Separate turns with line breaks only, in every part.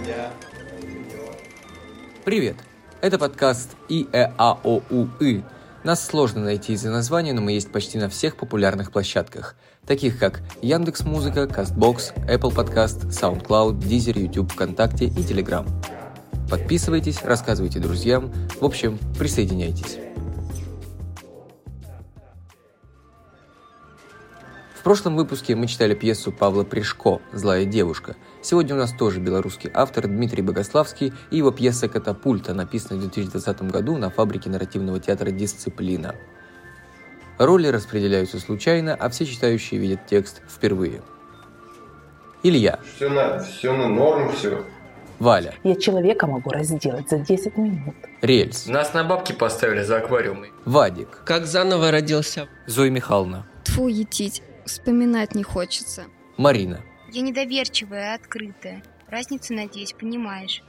Привет! Это подкаст ИЭАОУИ. Нас сложно найти из-за названия, но мы есть почти на всех популярных площадках, таких как Яндекс.Музыка, Castbox, Apple Podcast, SoundCloud, Deezer, YouTube, ВКонтакте и Telegram. Подписывайтесь, рассказывайте друзьям, в общем, присоединяйтесь. В прошлом выпуске мы читали пьесу Павла Пришко «Злая девушка». Сегодня у нас тоже белорусский автор Дмитрий Богославский и его пьеса «Катапульта», написанная в 2020 году на фабрике нарративного театра «Дисциплина». Роли распределяются случайно, а все читающие видят текст впервые. Илья.
Все на норм, все.
Валя.
Я человека могу разделать за 10 минут.
Рельс.
Нас на бабки поставили за аквариум.
Вадик.
Как заново родился.
Зоя Михайловна.
Тьфу, етить. Вспоминать не хочется.
Марина.
Я недоверчивая, открытая. Разницу, надеюсь, понимаешь.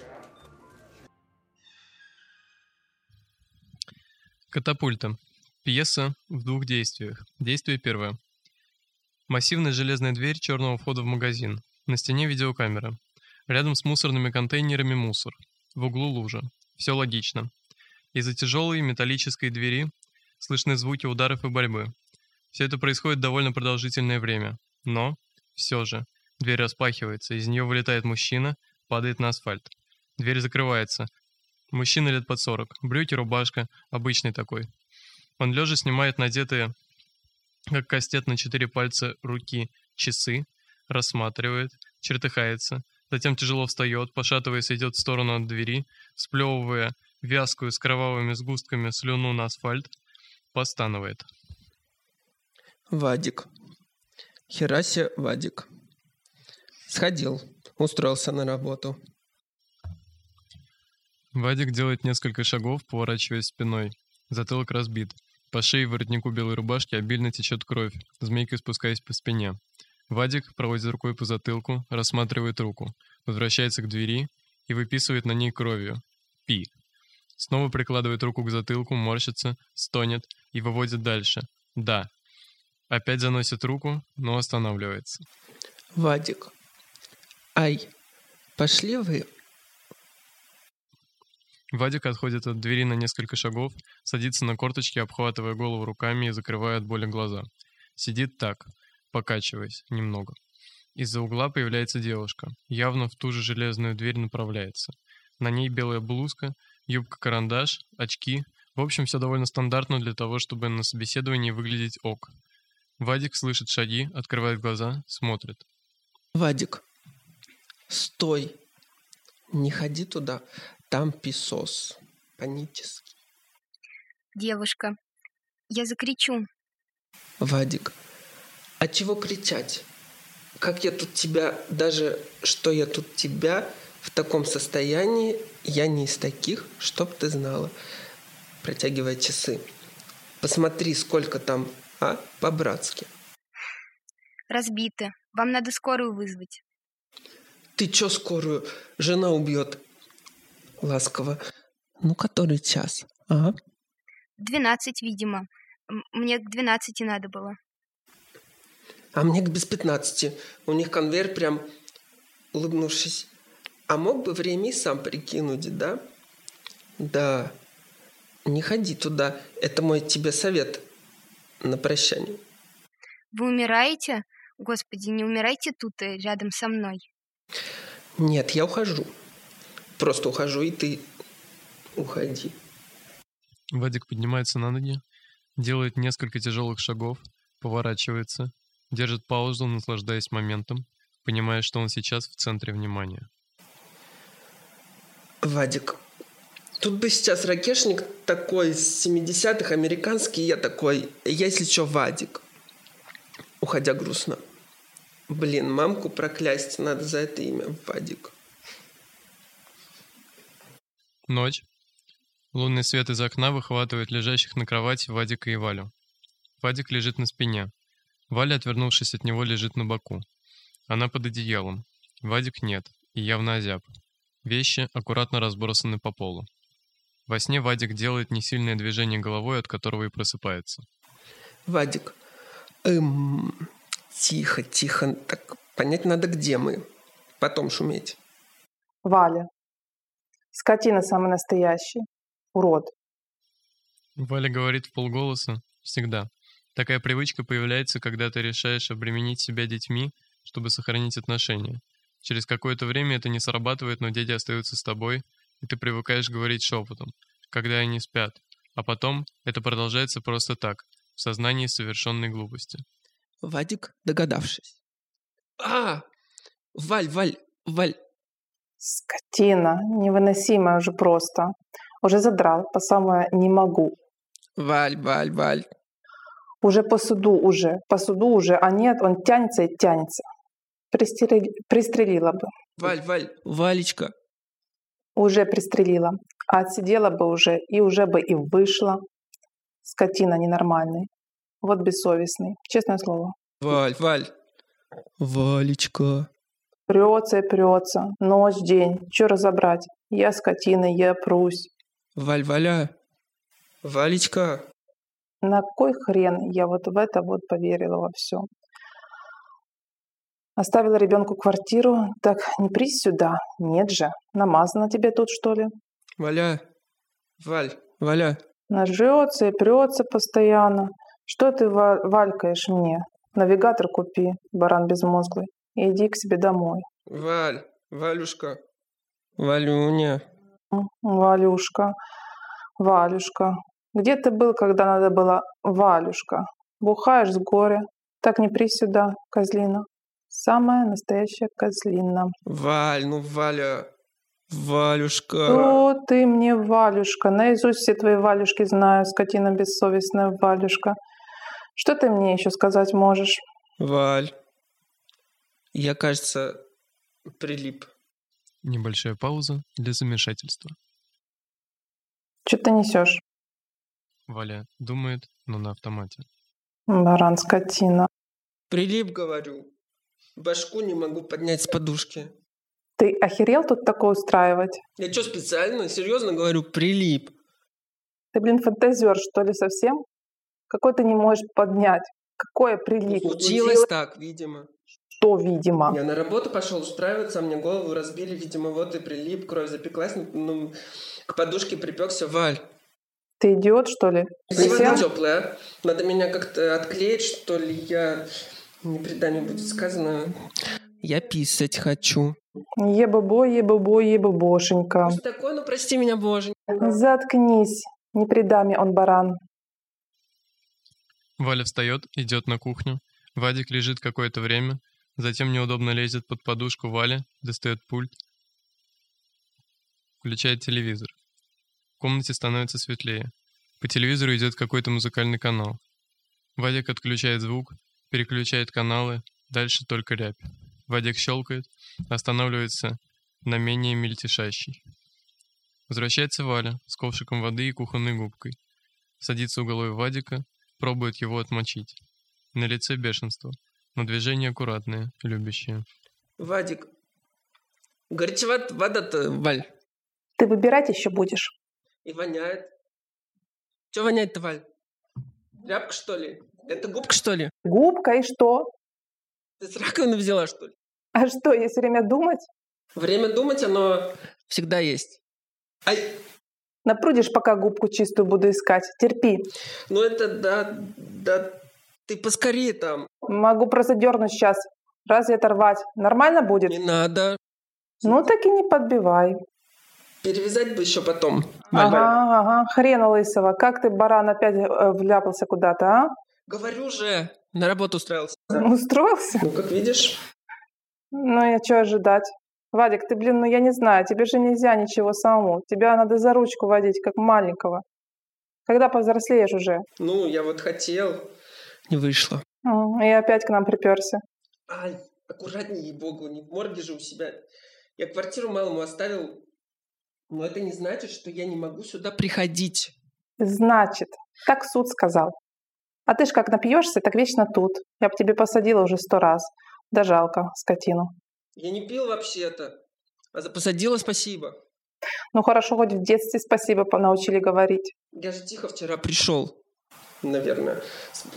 Катапульта. Пьеса в двух действиях. Действие первое. Массивная железная дверь черного входа в магазин. На стене видеокамера. Рядом с мусорными контейнерами мусор. В углу лужа. Все логично. Из-за тяжелой металлической двери слышны звуки ударов и борьбы. Все это происходит довольно продолжительное время. Но, все же, дверь распахивается, из нее вылетает мужчина, падает на асфальт. Дверь закрывается. Мужчина лет под 40, брюки, рубашка, обычный такой. Он лежа снимает надетые, как кастет на 4 пальца руки, часы, рассматривает, чертыхается, затем тяжело встает, пошатываясь, идет в сторону от двери, сплевывая вязкую с кровавыми сгустками слюну на асфальт, постанывает.
Вадик. Херасе Вадик. Сходил, устроился на работу.
Вадик делает несколько шагов, поворачиваясь спиной. Затылок разбит. По шее и воротнику белой рубашки обильно течет кровь, змейкой спускаясь по спине. Вадик проводит рукой по затылку, рассматривает руку, возвращается к двери и выписывает на ней кровью. Пи. Снова прикладывает руку к затылку, морщится, стонет и выводит дальше. Да. Опять заносит руку, но останавливается.
Вадик. Ай, пошли вы.
Вадик отходит от двери на несколько шагов, садится на корточки, обхватывая голову руками и закрывая от боли глаза. Сидит так, покачиваясь немного. Из-за угла появляется девушка, явно в ту же железную дверь направляется. На ней белая блузка, юбка-карандаш, очки. В общем, все довольно стандартно для того, чтобы на собеседовании выглядеть ок. Вадик слышит шаги, открывает глаза, смотрит.
Вадик, стой. Не ходи туда. Там песос. Панический.
Девушка, я закричу.
Вадик, а чего кричать? Как я тут тебя, даже что я тут тебя в таком состоянии, я не из таких, чтоб ты знала. Протягивая часы. Посмотри, сколько там, по-братски.
Разбито. Вам надо скорую вызвать.
Ты чё скорую? Жена убьет. Ласково. Ну, который час,
12, видимо. Мне к 12 надо было.
А мне к без 15. У них конвейер прям, улыбнувшись. А мог бы время и сам прикинуть, да? Да. Не ходи туда. Это мой тебе совет на прощание.
Вы умираете? Господи, не умирайте тут рядом со мной.
Нет, я ухожу. Просто ухожу, и ты уходи.
Вадик поднимается на ноги, делает несколько тяжелых шагов, поворачивается, держит паузу, наслаждаясь моментом, понимая, что он сейчас в центре внимания.
Вадик, тут бы сейчас ракешник такой с 70-х, американский, я такой, если что, Вадик. Уходя грустно. Блин, мамку проклясть надо за это имя, Вадик.
Ночь. Лунный свет из окна выхватывает лежащих на кровати Вадика и Валю. Вадик лежит на спине. Валя, отвернувшись от него, лежит на боку. Она под одеялом. Вадик нет и явно озяб. Вещи аккуратно разбросаны по полу. Во сне Вадик делает несильное движение головой, от которого и просыпается.
Вадик, тихо, так понять надо, где мы. Потом шуметь.
Валя. Скотина самый настоящий. Урод.
Валя говорит вполголоса всегда. Такая привычка появляется, когда ты решаешь обременить себя детьми, чтобы сохранить отношения. Через какое-то время это не срабатывает, но дети остаются с тобой, и ты привыкаешь говорить шепотом, когда они спят. А потом это продолжается просто так, в сознании совершенной глупости.
Вадик, догадавшись. Валь.
Скотина. Невыносимая уже просто. Уже задрал, по самое не могу.
Валь.
Уже по суду уже, а нет, он тянется и тянется. Пристрелила бы.
Валь, Валечка.
Уже пристрелила. А отсидела бы уже, и уже бы и вышла. Скотина ненормальный. Вот бессовестный. Честное слово.
Валь. Валечка.
Прется и прется. Ночь, день. Че разобрать? Я скотина, я прусь.
Валя. Валечка.
На кой хрен я вот в это вот поверила во все? Оставила ребенку квартиру, так не прись сюда. Нет же, намазано тебе тут, что ли?
Валя.
Нажрется и прется постоянно. Что ты валькаешь мне? Навигатор купи, баран безмозглый, и иди к себе домой.
Валюшка. Валюня.
Валюшка. Где ты был, когда надо было, Валюшка? Бухаешь с горя. Так не прись сюда, козлина. Самая настоящая козлина.
Валя. Валюшка.
О, ты мне, Валюшка. Наизусть все твои Валюшки знаю, скотина бессовестная Валюшка. Что ты мне еще сказать можешь?
Валь. Я, кажется, прилип.
Небольшая пауза для замешательства.
Что ты несешь?
Валя думает, но на автомате.
Баран, скотина.
Прилип, говорю. Башку не могу поднять с подушки.
Ты охерел тут такое устраивать?
Я что, специально? Серьезно говорю, прилип.
Ты, фантазер, что ли, совсем? Какой ты не можешь поднять? Какое прилип?
Случилось так, видимо.
Что, видимо?
Я на работу пошел устраиваться, а мне голову разбили, видимо, вот и прилип, кровь запеклась, к подушке припекся. Валь.
Ты идиот, что ли?
Сегодня теплая. Надо меня как-то отклеить, что ли. Я не преданию будет сказано. Я писать хочу.
Ебобошенька.
Что такое? Прости меня, Боже.
Заткнись. Не предами он баран.
Валя встает, идет на кухню. Вадик лежит какое-то время, затем неудобно лезет под подушку Вали, достает пульт, включает телевизор. В комнате становится светлее. По телевизору идет какой-то музыкальный канал. Вадик отключает звук, переключает каналы, дальше только рябь. Вадик щелкает, останавливается на менее мельтешащий. Возвращается Валя с ковшиком воды и кухонной губкой. Садится у головы Вадика, пробует его отмочить. На лице бешенство, но движения аккуратные, любящие.
Вадик, горячеват вода-то, Валь.
Ты выбирать еще будешь.
И воняет. Че воняет-то, Валь? Тряпка, что ли? Это губка, что ли?
Губка и что?
Ты с раковины взяла, что ли?
А что, есть время думать?
Время думать, оно всегда есть. Ай!
Напрудишь, пока губку чистую буду искать. Терпи.
Ну это да, ты поскорее там.
Могу просто дернуть сейчас. Разве оторвать? Нормально будет?
Не надо.
Ну так и не подбивай.
Перевязать бы еще потом.
Ага, хрена лысого. Как ты, баран, опять вляпался куда-то, а?
Говорю же, на работу устроился.
Устроился?
Ну, как видишь.
Ну, я что ожидать? Вадик, ты, я не знаю, тебе же нельзя ничего самому. Тебя надо за ручку водить, как маленького. Когда повзрослеешь уже?
Ну, я вот хотел. Не вышло.
И опять к нам приперся.
Ай, аккуратнее, ей-богу, не в морге же у себя. Я квартиру малому оставил, но это не значит, что я не могу сюда приходить.
Значит, так суд сказал. А ты ж как напьешься, так вечно тут. Я б тебе посадила уже 100 раз. Да жалко, скотину.
Я не пил вообще-то. А за посадила спасибо.
Ну хорошо, хоть в детстве спасибо научили говорить.
Я же тихо вчера пришел, наверное.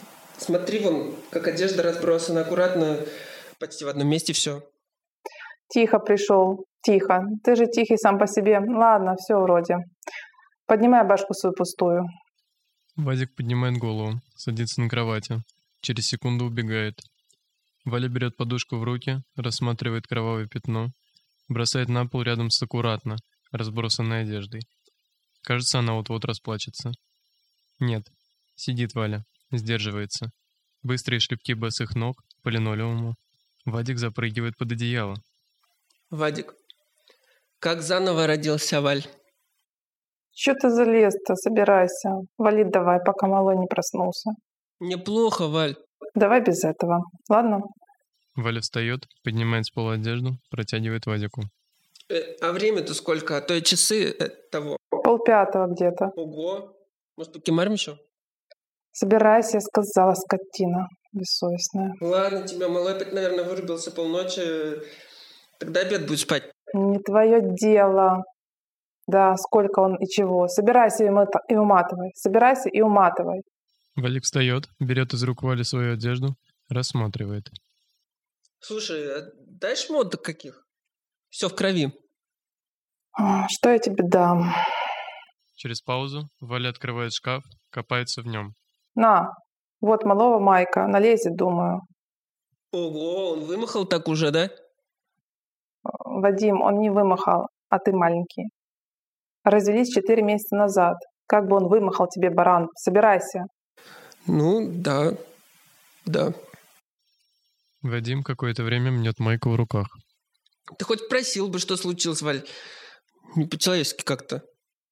Смотри, вон, как одежда разбросана аккуратно, почти в одном месте все.
Тихо пришел. Тихо. Ты же тихий сам по себе. Ладно, все вроде. Поднимай башку свою пустую.
Вадик поднимает голову, садится на кровати. Через секунду убегает. Валя берет подушку в руки, рассматривает кровавое пятно, бросает на пол рядом с аккуратно разбросанной одеждой. Кажется, она вот-вот расплачется. Нет, сидит Валя, сдерживается. Быстрые шлепки босых ног по линолеуму. Вадик запрыгивает под одеяло.
Вадик, как заново родился Валь?
Чё ты залез-то? Собирайся. Валить давай, пока малой не проснулся.
Неплохо, Валь.
Давай без этого. Ладно?
Валя встает, поднимает с пола одежду, протягивает Вадику.
А время-то сколько? А то и часы того.
4:30 где-то.
Ого. Может, покемарим еще?
Собирайся, я сказала, скотина бессовестная.
Ладно, тебя малой так, наверное, вырубился полночи. Тогда обед будет спать.
Не твое дело. Да, сколько он и чего. Собирайся и уматывай. Собирайся и уматывай.
Валик встает, берет из рук Вали свою одежду, рассматривает.
Слушай, а дай шмоток каких? Все в крови.
Что я тебе дам?
Через паузу Валя открывает шкаф, копается в нем.
На, вот малого майка. Налезет, думаю.
Ого, он вымахал так уже, да?
Вадим, он не вымахал, а ты маленький. Развелись 4 месяца назад. Как бы он вымахал тебе, баран. Собирайся.
Ну, да. Да.
Вадим какое-то время мнет майку в руках.
Ты хоть просил бы, что случилось, Валь? Не по-человечески как-то.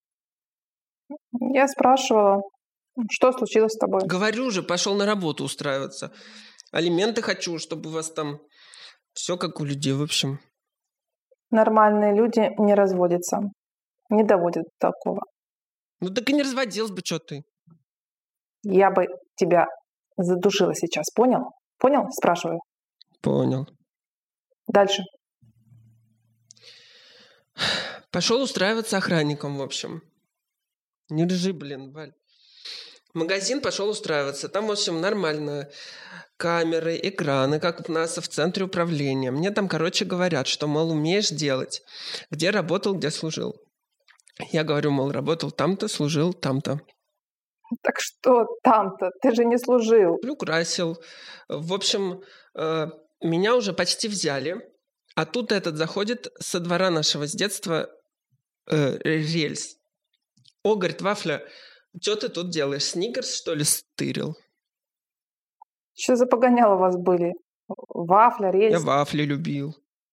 Я спрашивала, что случилось с тобой?
Говорю же, пошел на работу устраиваться. Алименты хочу, чтобы у вас там все как у людей, в общем.
Нормальные люди не разводятся. Не доводят до такого.
Ну так и не разводилась бы, что ты.
Я бы тебя задушила сейчас, понял? Понял? Спрашиваю.
Понял.
Дальше.
Пошел устраиваться охранником, в общем. Не ржи, блин, Валь. В магазин пошел устраиваться. Там, в общем, нормально. Камеры, экраны, как у нас в центре управления. Мне там, короче, говорят, что, мол, умеешь делать. Где работал, где служил. Я говорю, мол, работал там-то, служил там-то.
Так что там-то? Ты же не служил.
Украсил. В общем, меня уже почти взяли. А тут этот заходит со двора нашего с детства рельс. О, говорит, Вафля, что ты тут делаешь? Сникерс, что ли, стырил?
Что за погоняло у вас были? Вафля, рельс?
Я вафли любил.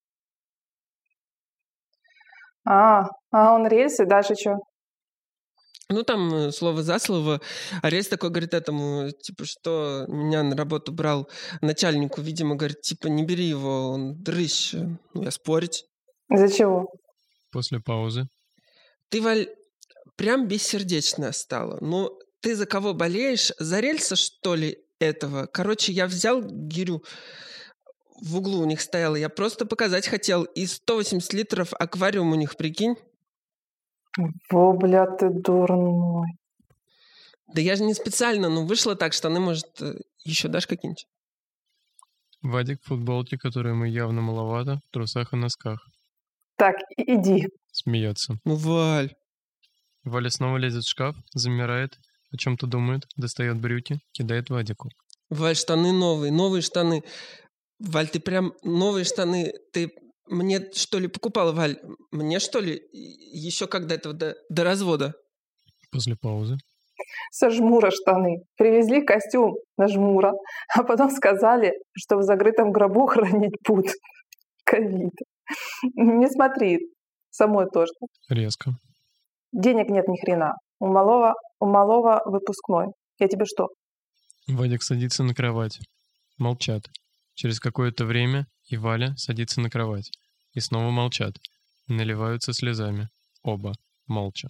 А он рельсы, дальше что?
Ну, там слово за слово. А рельс такой говорит этому, типа, что меня на работу брал начальнику, видимо, говорит, типа, не бери его, он дрыщ. Ну, я спорить.
Из-за чего?
После паузы.
Ты, Валь, прям бессердечная стала. Ну, ты за кого болеешь? За рельса, что ли, этого? Короче, я взял гирю, в углу у них стояла, я просто показать хотел. И 180 литров аквариум у них, прикинь.
Во, бля, ты дурной.
Да я же не специально, но вышло так, штаны, может, еще дашь какие-нибудь?
Вадик в футболке, которой ему явно маловато, в трусах и носках.
Так, иди.
Смеется.
Ну, Валь.
Валя снова лезет в шкаф, замирает, о чем-то думает, достает брюки, кидает Вадику.
Валь, штаны новые штаны. Валь, ты прям новые штаны, ты мне, что ли, покупала, Валь? Мне, что ли, еще как до этого, до развода?
После паузы.
Со жмура штаны. Привезли костюм на жмура, а потом сказали, что в закрытом гробу хранить будут. Ковид. Не смотри, самой тоже.
Резко.
Денег нет ни хрена. У малого выпускной. Я тебе что?
Вадик садится на кровать. Молчат. Через какое-то время и Валя садится на кровать. И снова молчат. Наливаются слезами. Оба. Молча.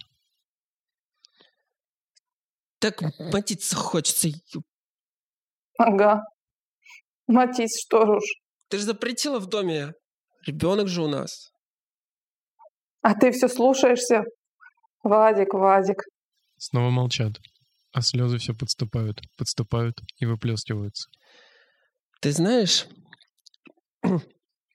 Так матиться хочется.
Ага. Матись, что уж.
Ты же запретила в доме. Ребенок же у нас.
А ты все слушаешься? Вадик.
Снова молчат. А слезы все подступают и выплескиваются.
Ты знаешь,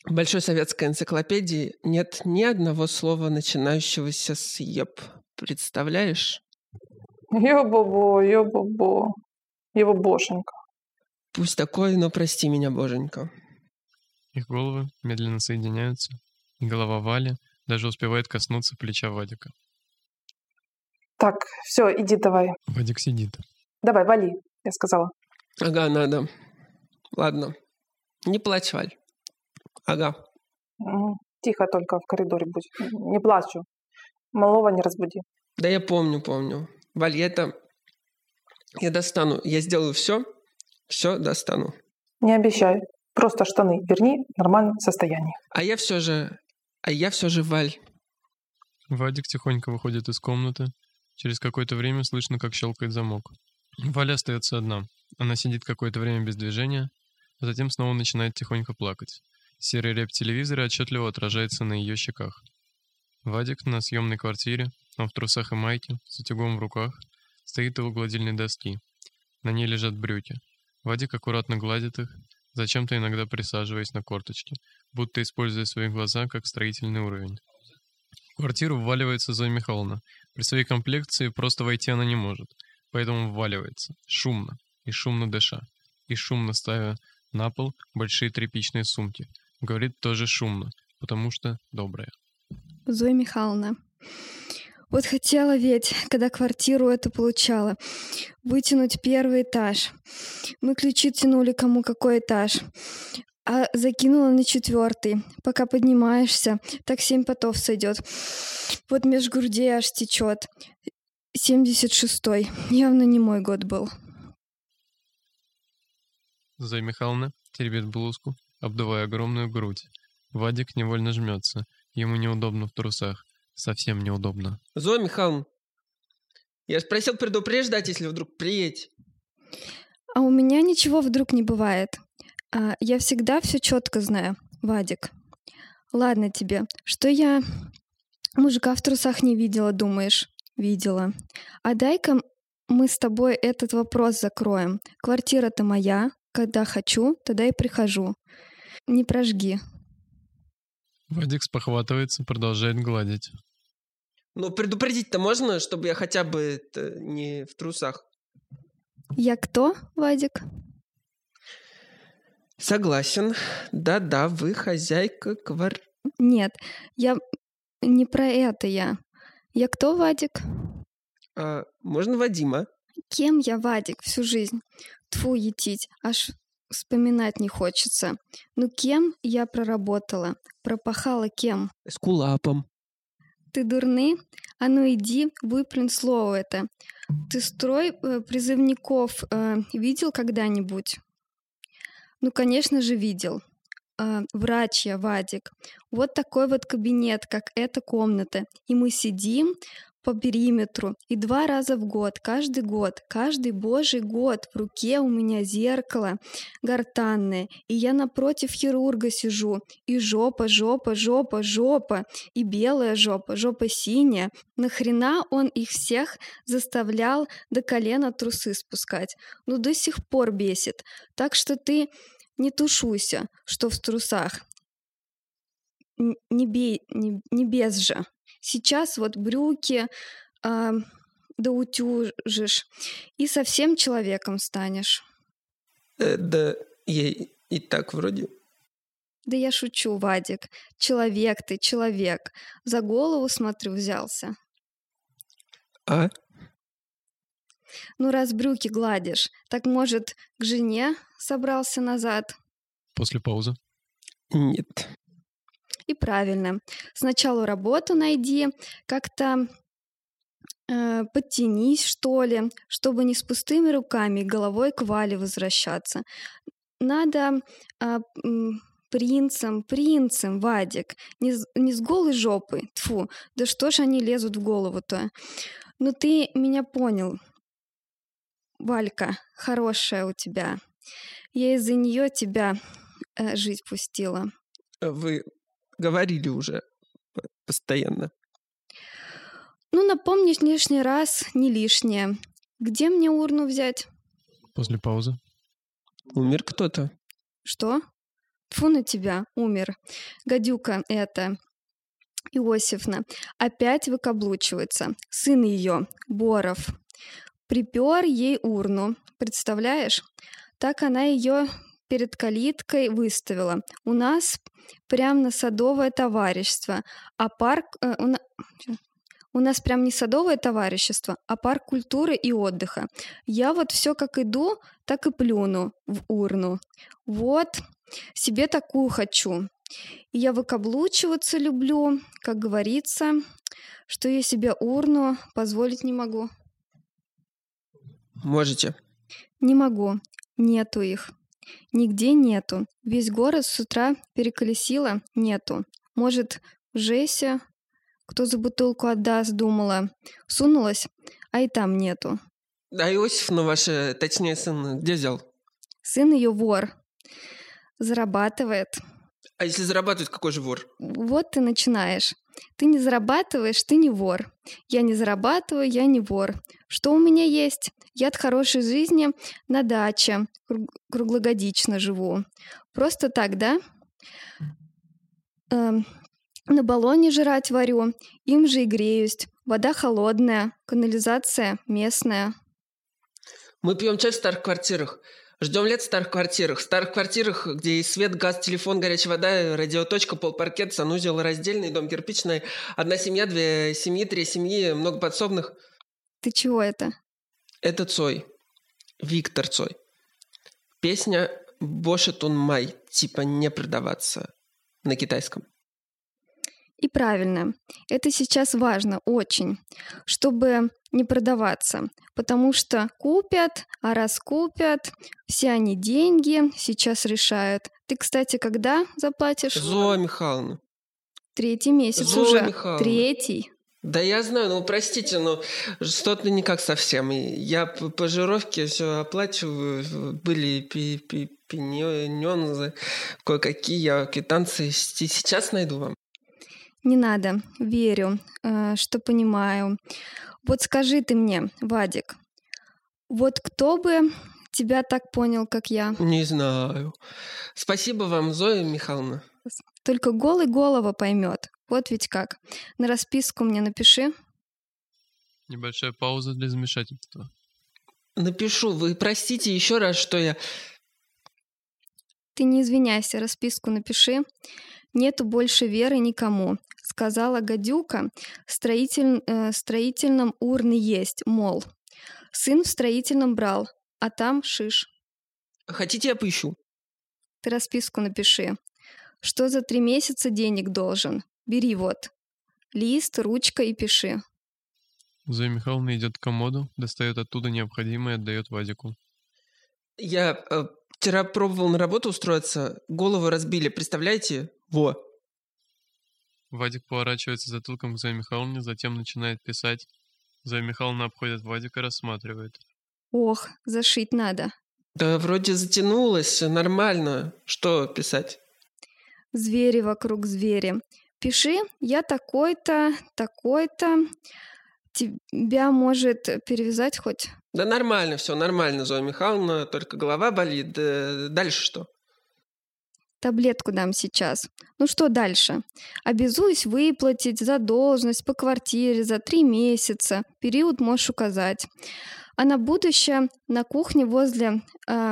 В Большой советской энциклопедии нет ни одного слова, начинающегося с «еб». Представляешь?
Ё-бобо, ё-бобо. Его бошенька.
Пусть такое, но прости меня, боженька.
Их головы медленно соединяются, и голова Вали даже успевает коснуться плеча Вадика.
Так, все, иди давай.
Вадик сидит.
Давай, вали, я сказала.
Ага, надо. Ладно. Не плачь, Валь. Ага.
Тихо только в коридоре будь. Не плачу. Малого не разбуди.
Да я помню. Валь, я достану. Я сделаю все достану.
Не обещаю. Просто штаны верни в нормальном состоянии.
А я все же, Валь.
Вадик тихонько выходит из комнаты. Через какое-то время слышно, как щелкает замок. Валя остается одна. Она сидит какое-то время без движения, а затем снова начинает тихонько плакать. Серый рябь телевизора отчетливо отражается на ее щеках. Вадик на съемной квартире, он в трусах и майке, с утюгом в руках, стоит у гладильной доски. На ней лежат брюки. Вадик аккуратно гладит их, зачем-то иногда присаживаясь на корточки, будто используя свои глаза как строительный уровень. В квартиру вваливается Зоя Михайловна. При своей комплекции просто войти она не может, поэтому вваливается, шумно, и шумно дыша, и шумно ставя на пол большие тряпичные сумки. Говорит тоже шумно, потому что добрая.
Зоя Михайловна, вот хотела ведь, когда квартиру эту получала, вытянуть первый этаж. Мы ключи тянули кому какой этаж. А закинула на 4. Пока поднимаешься, так 7 потов сойдет. Вот меж грудей аж течет. 76-й. Явно не мой год был.
Зоя Михайловна теребит блузку, обдувая огромную грудь. Вадик невольно жмется. Ему неудобно в трусах. Совсем неудобно.
Зоя Михайловна, я же просил предупреждать, если вдруг приедь.
А у меня ничего вдруг не бывает. Я всегда все четко знаю, Вадик. Ладно тебе, что я мужика в трусах не видела, думаешь? Видела. А дай-ка мы с тобой этот вопрос закроем. Квартира-то моя. Когда хочу, тогда и прихожу. Не прожги.
Вадик спохватывается, продолжает гладить.
Ну, предупредить-то можно, чтобы я хотя бы не в трусах?
Я кто, Вадик?
Согласен. Да-да, вы хозяйка
Нет, я не про это я. Я кто, Вадик?
Можно Вадима?
Кем я, Вадик, всю жизнь? Тьфу, етить, аж вспоминать не хочется. Ну, кем я проработала? Пропахала кем?
Эскулапом.
Ты дурный? А ну иди, выплюнь слово это. Ты строй призывников видел когда-нибудь? Ну, конечно же, видел. Врач я, Вадик. Вот такой вот кабинет, как эта комната. И мы сидим по периметру. И 2 раза в год, каждый божий год в руке у меня зеркало гортанное. И я напротив хирурга сижу. И жопа, и белая жопа синяя. Нахрена он их всех заставлял до колена трусы спускать? Ну, до сих пор бесит. Так что ты не тушуйся, что в трусах. Не без же. Сейчас вот брюки доутюжишь и совсем человеком станешь.
Да я и так вроде.
Да я шучу, Вадик. Человек ты, человек. За голову, смотрю, взялся.
А?
Ну, раз брюки гладишь, так, может, к жене собрался назад?
После паузы.
Нет.
И правильно. Сначала работу найди, как-то подтянись, что ли, чтобы не с пустыми руками и головой к Вале возвращаться. Надо принцем, Вадик, не с голой жопой. Тьфу, да что ж они лезут в голову-то? Ну ты меня понял. Валька, хорошая у тебя. Я из-за нее тебя жить пустила.
Вы говорили уже постоянно.
Ну, напомнишь лишний раз, не лишнее. Где мне урну взять?
После паузы.
Умер кто-то.
Что? Тьфу на тебя, умер. Гадюка эта, Иосифна, опять выкаблучивается. Сын ее, Боров, припер ей урну. Представляешь? Так она ее перед калиткой выставила. У нас прям на садовое товарищество, а парк... У нас прям не садовое товарищество, а парк культуры и отдыха. Я вот все как иду, так и плюну в урну. Вот, себе такую хочу. И я выкаблучиваться люблю, как говорится, что я себе урну позволить не могу.
Можете.
Не могу. Нету их. Нигде нету. Весь город с утра переколесила, нету. Может, Жеся... Кто за бутылку отдаст, думала. Сунулась, а и там нету.
А Иосифна ваша, точнее, сын, где взял?
Сын ее вор. Зарабатывает.
А если зарабатывает, какой же вор?
Вот ты начинаешь. Ты не зарабатываешь, ты не вор. Я не зарабатываю, я не вор. Что у меня есть? Я от хорошей жизни на даче круглогодично живу. Просто так, да? На баллоне жрать варю, им же и греюсь. Вода холодная, канализация местная.
Мы пьем чай в старых квартирах. Ждем лет в старых квартирах. В старых квартирах, где есть свет, газ, телефон, горячая вода, радиоточка, полпаркет, санузел раздельный, дом кирпичный. Одна семья, две семьи, три семьи, много подсобных.
Ты чего это?
Это Цой. Виктор Цой. Песня «Боше тун май», типа «не продаваться» на китайском.
И правильно. Это сейчас важно очень, чтобы не продаваться. Потому что купят, а раз купят, все они деньги сейчас решают. Ты, кстати, когда заплатишь?
Зоя Михайловна.
3-й месяц
Зоя
уже.
Михайловна.
3-й.
Да я знаю, ну простите, но что-то никак совсем. Я по жировке все оплачиваю. Были пенёнзы, кое-какие я квитанции сейчас найду вам.
Не надо, верю, что понимаю. Вот скажи ты мне, Вадик, вот кто бы тебя так понял, как я?
Не знаю. Спасибо вам, Зоя Михайловна.
Только голый голова поймет. Вот ведь как. На расписку мне напиши.
Небольшая пауза для замешательства.
Напишу. Вы простите еще раз, что я...
Ты не извиняйся, расписку напиши. Нету больше веры никому. Сказала гадюка, строительном урны есть, мол. Сын в строительном брал, а там шиш.
Хотите, я поищу?
Ты расписку напиши. Что за 3 месяца денег должен? Бери вот. Лист, ручка и пиши.
Зоя Михайловна идет к комоду, достает оттуда необходимое и отдает Вадику.
Я вчера пробовал на работу устроиться, голову разбили, представляете? Во.
Вадик поворачивается затылком к Зое Михайловне, затем начинает писать. Зоя Михайловна обходит Вадика и рассматривает.
Ох, зашить надо.
Да вроде затянулось, нормально. Что писать?
Звери вокруг звери. Пиши, я такой-то, такой-то. Тебя может перевязать хоть?
Да нормально, все нормально, Зоя Михайловна, только голова болит. Дальше что?
Таблетку дам сейчас. Ну что дальше? Обязуюсь выплатить задолженность по квартире за 3 месяца. Период можешь указать. А на будущее на кухне возле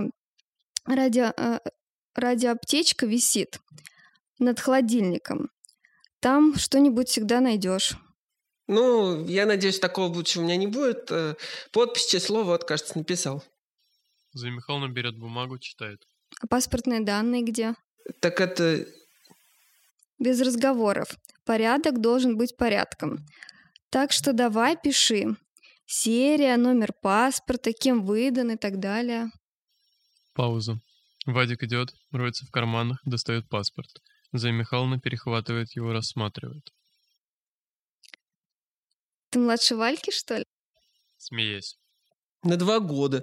радиоаптечка висит над холодильником. Там что-нибудь всегда найдешь.
Ну, я надеюсь, такого будущего у меня не будет. Подпись, число, вот, кажется, написал.
Зоя Михайловна берет бумагу, читает.
А паспортные данные где?
Так это...
Без разговоров. Порядок должен быть порядком. Так что давай пиши. Серия, номер паспорта, кем выдан и так далее.
Пауза. Вадик идет, роется в карманах, достает паспорт. Зоя Михайловна перехватывает его, рассматривает.
Ты младше Вальки, что ли?
Смеясь.
На 2 года.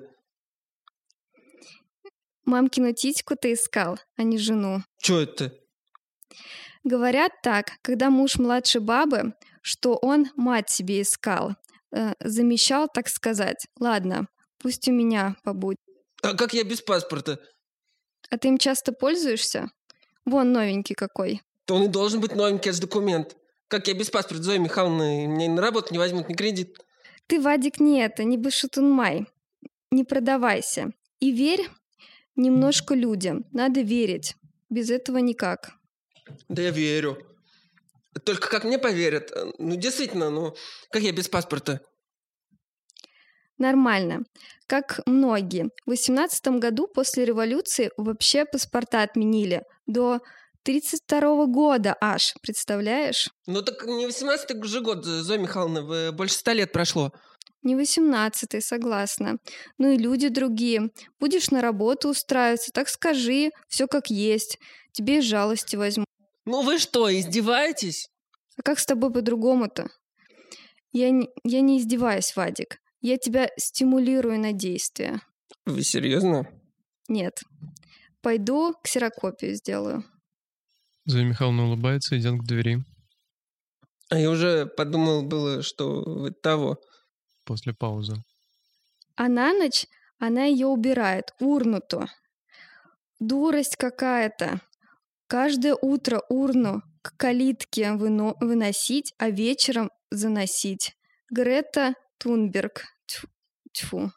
Мамкину титьку ты искал, а не жену.
Чё это?
Говорят так, когда муж младше бабы, что он мать себе искал. Замещал, так сказать. Ладно, пусть у меня побудь.
А как я без паспорта?
А ты им часто пользуешься? Вон новенький какой.
То он и должен быть новенький, это же документ. Как я без паспорта, Зоя Михайловна, меня на работу не возьмут, ни кредит.
Ты, Вадик, не это, не башутунмай. Не продавайся. И верь немножко людям. Надо верить. Без этого никак.
Да я верю. Только как мне поверят? Ну, действительно, как я без паспорта?
Нормально. Как многие. В 18 году после революции вообще паспорта отменили. До 32 года аж, представляешь?
Ну так не 18-й же год, Зоя Михайловна, больше 100 лет прошло.
Не 18-й, согласна. Ну и люди другие. Будешь на работу устраиваться, так скажи, все как есть. Тебе из жалости возьму.
Ну вы что, издеваетесь?
А как с тобой по-другому-то? Я не издеваюсь, Вадик. Я тебя стимулирую на действия.
Вы серьезно?
Нет. Пойду ксерокопию сделаю.
Зоя Михайловна улыбается и идет к двери.
А я уже подумал было, что вы того.
После паузы.
А на ночь она ее убирает, урну-то. Дурость какая-то. Каждое утро урну к калитке выносить, а вечером заносить. Грета Тунберг. Тьфу.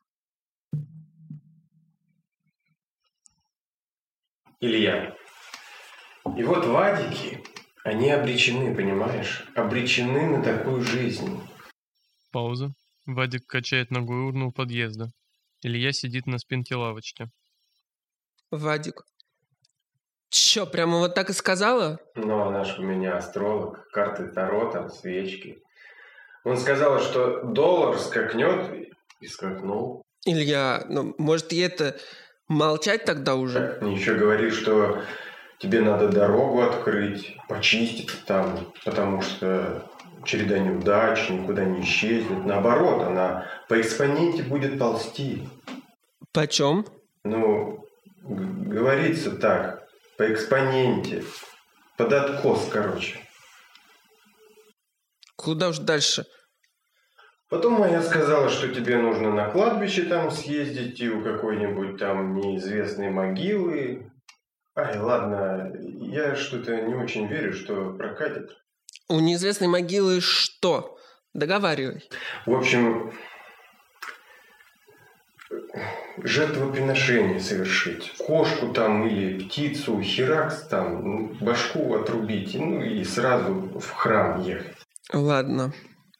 Илья. И вот Вадики, они обречены, понимаешь? Обречены на такую жизнь.
Пауза. Вадик качает ногой урну у подъезда. Илья сидит на спинке лавочки.
Вадик. Чё, прямо вот так и сказала?
Ну, она ж у меня астролог, карты Таро, там, свечки. Он сказал, что доллар скакнет, и скакнул.
Илья, может, ей это молчать тогда уже?
Так, мне еще говорит, что тебе надо дорогу открыть, почистить там, потому что череда неудач никуда не исчезнет. Наоборот, она по экспоненте будет ползти.
Почем?
Ну, говорится так, по экспоненте, под откос, короче.
Куда уж дальше?
Потом моя сказала, что тебе нужно на кладбище там съездить и у какой-нибудь там неизвестной могилы. Ай, ладно, я что-то не очень верю, что прокатит.
У неизвестной могилы что? Договаривай.
В общем, жертвоприношение совершить. Кошку там или птицу, херакс там, башку отрубить, ну и сразу в храм ехать.
Ладно.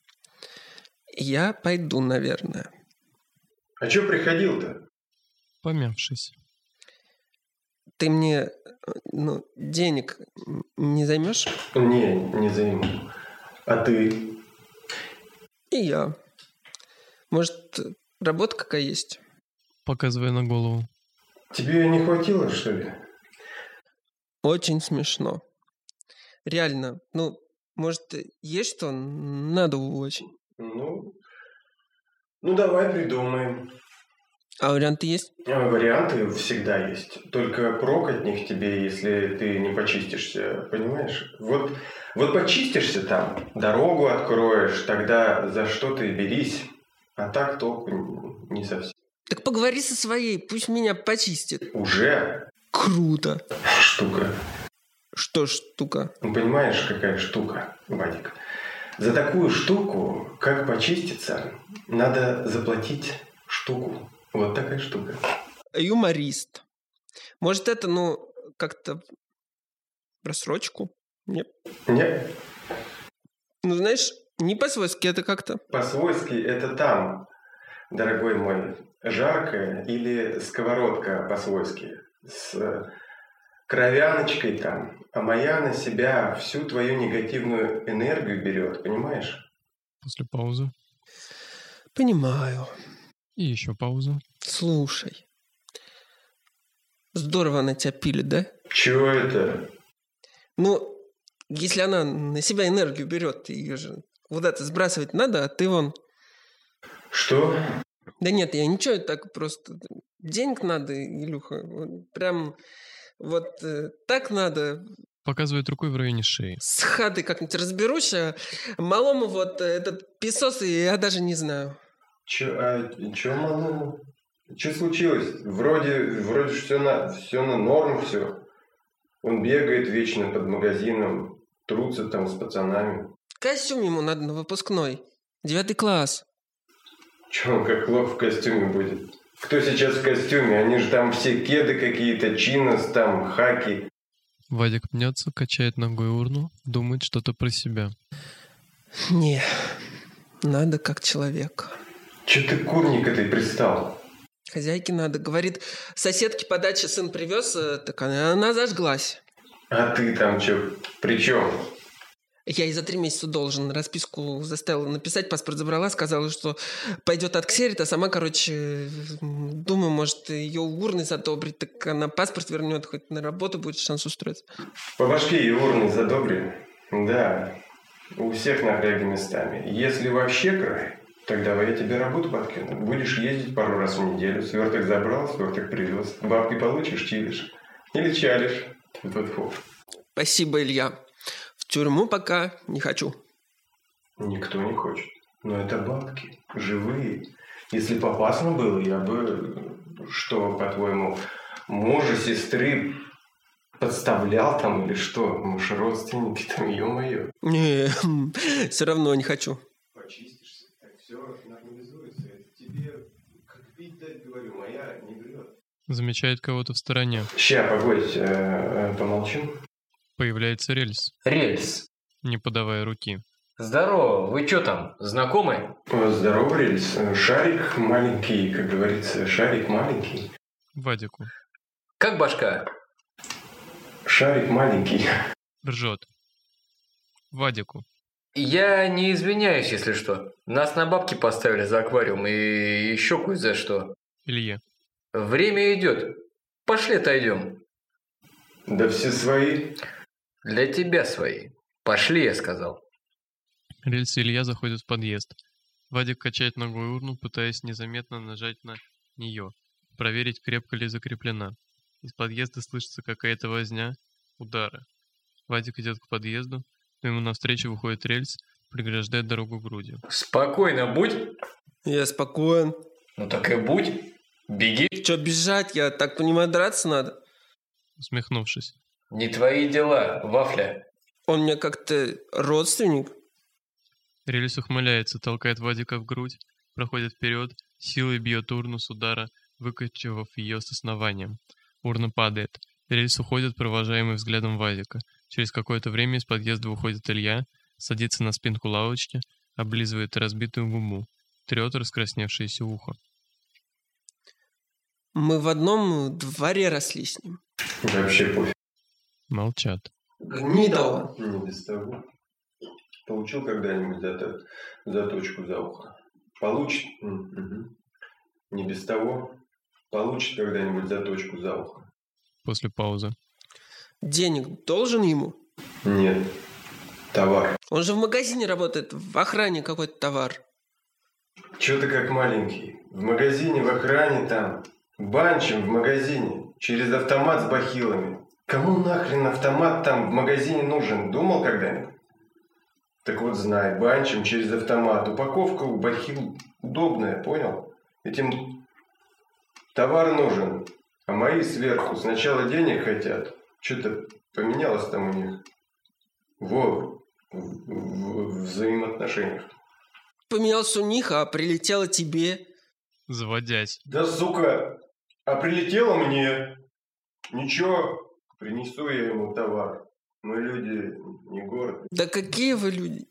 Я пойду, наверное.
А чё приходил-то?
Помявшись.
Ты мне, денег не займешь?
Не займу. А ты?
И я. Может, работа какая есть?
Показывая на голову.
Тебе не хватило, что ли?
Очень смешно. Реально. Может, есть что? Надо очень.
Ну, давай придумаем.
А варианты есть?
Варианты всегда есть. Только прок от них тебе, если ты не почистишься, понимаешь? Вот почистишься там, дорогу откроешь, тогда за что ты берись. А так толку не совсем.
Так поговори со своей, пусть меня почистит.
Уже?
Круто.
Штука.
Что штука?
Ну, понимаешь, какая штука, Вадик? За такую штуку, как почиститься, надо заплатить штуку. Вот такая штука.
Юморист. Может, это, как-то рассрочку? Нет.
Нет.
Знаешь, не по-свойски это как-то.
По-свойски это там, дорогой мой, жаркое или сковородка по-свойски. С кровяночкой там. А моя на себя всю твою негативную энергию берет, понимаешь?
После паузы.
Понимаю.
И еще пауза.
Слушай. Здорово она тебя пилит, да?
Чего это?
Если она на себя энергию берет, ее же куда-то сбрасывать надо, а ты вон...
Что?
Да нет, я ничего, так просто... Денег надо, Илюха. Прям так надо.
Показывает рукой в районе шеи.
С хатой как-нибудь разберусь, а малому этот песос я даже не знаю.
Чё малому? Что случилось? Вроде все на норм, все. Он бегает вечно под магазином, трутся там с пацанами.
Костюм ему надо на выпускной. 9 класс.
Че он как лох в костюме будет? Кто сейчас в костюме? Они же там все кеды какие-то, чинос, там, хаки.
Вадик мнется, качает ногой урну, думает что-то про себя.
Не, надо как человек.
Че ты курник этой пристал?
Хозяйке надо. Говорит, соседке по даче сын привез, так она зажглась.
А ты там че, при чем?
Я ей за 3 месяца должен. Расписку заставила написать, паспорт забрала, сказала, что пойдет отксерит, а сама, короче, думаю, может, ее урны задобрить, так она паспорт вернет, хоть на работу будет шанс устроиться.
По башке ее урны задобрили? Да, у всех напряги местами. Если вообще край, так давай я тебе работу подкину. Будешь ездить пару раз в неделю, сверток забрал, сверток привез. Бабки получишь, чилишь. Или чалишь. Тьфу-тьфу.
Спасибо, Илья. В тюрьму пока не хочу.
Никто не хочет. Но это бабки. Живые. Если бы опасно было, я бы... Что, по-твоему, мужа, сестры подставлял там или что? Муж, родственники там, ё-моё.
Не, все равно не хочу.
Почистишься, так все нормализуется. Это тебе, как пить дать, говорю, моя не врет.
Замечает кого-то в стороне.
Ща, погодь, помолчим.
Появляется Рельс,
Рельс.
не подавая руки.
Здорово, вы чё там, знакомы?
Здорово, Рельс. Шарик маленький, как говорится, шарик маленький.
Вадику.
Как башка?
Шарик маленький.
Ржет. Вадику.
Я не извиняюсь, если что. Нас на бабки поставили за аквариум и еще кое за что.
Илье.
Время идет. Пошли отойдем.
Да все свои.
Для тебя свои. Пошли, я сказал.
Рельс и Илья заходят в подъезд. Вадик качает ногой урну, пытаясь незаметно нажать на нее, проверить, крепко ли закреплена. Из подъезда слышится какая-то возня, удары. Вадик идет к подъезду, но ему навстречу выходит Рельс, преграждает дорогу грудью.
Спокойно будь.
Я спокоен.
Ну так и будь. Беги.
Че бежать? Я так понимаю, драться надо.
Усмехнувшись.
Не твои дела, вафля.
Он мне как-то родственник.
Рельс ухмыляется, толкает Вадика в грудь, проходит вперед, силой бьет урну с удара, выкачивав ее с основанием. Урна падает. Рельс уходит, провожаемый взглядом Вадика. Через какое-то время из подъезда выходит Илья, садится на спинку лавочки, облизывает разбитую губу, трет раскрасневшееся ухо.
Мы в одном дворе росли с ним.
Вообще пофиг.
Молчат.
Гнида он.
Не без того. Получил когда-нибудь заточку за ухо? Получит? Не без того. Получит когда-нибудь заточку за ухо?
После паузы.
Денег должен ему?
Нет. Товар.
Он же в магазине работает, в охране какой-то товар.
Чё ты как маленький? В магазине, в охране там. Банчем в магазине. Через автомат с бахилами. Кому нахрен автомат там в магазине нужен? Думал когда-нибудь? Так вот знай, банчем через автомат. Упаковка у бахил удобная, понял? Этим товар нужен. А мои сверху сначала денег хотят. Что-то поменялось там у них. В взаимоотношениях.
Поменялся у них, а прилетело тебе.
Заводясь.
Да сука, а прилетело мне. Ничего, принесу я ему товар. Мы люди, не город.
Да какие вы люди?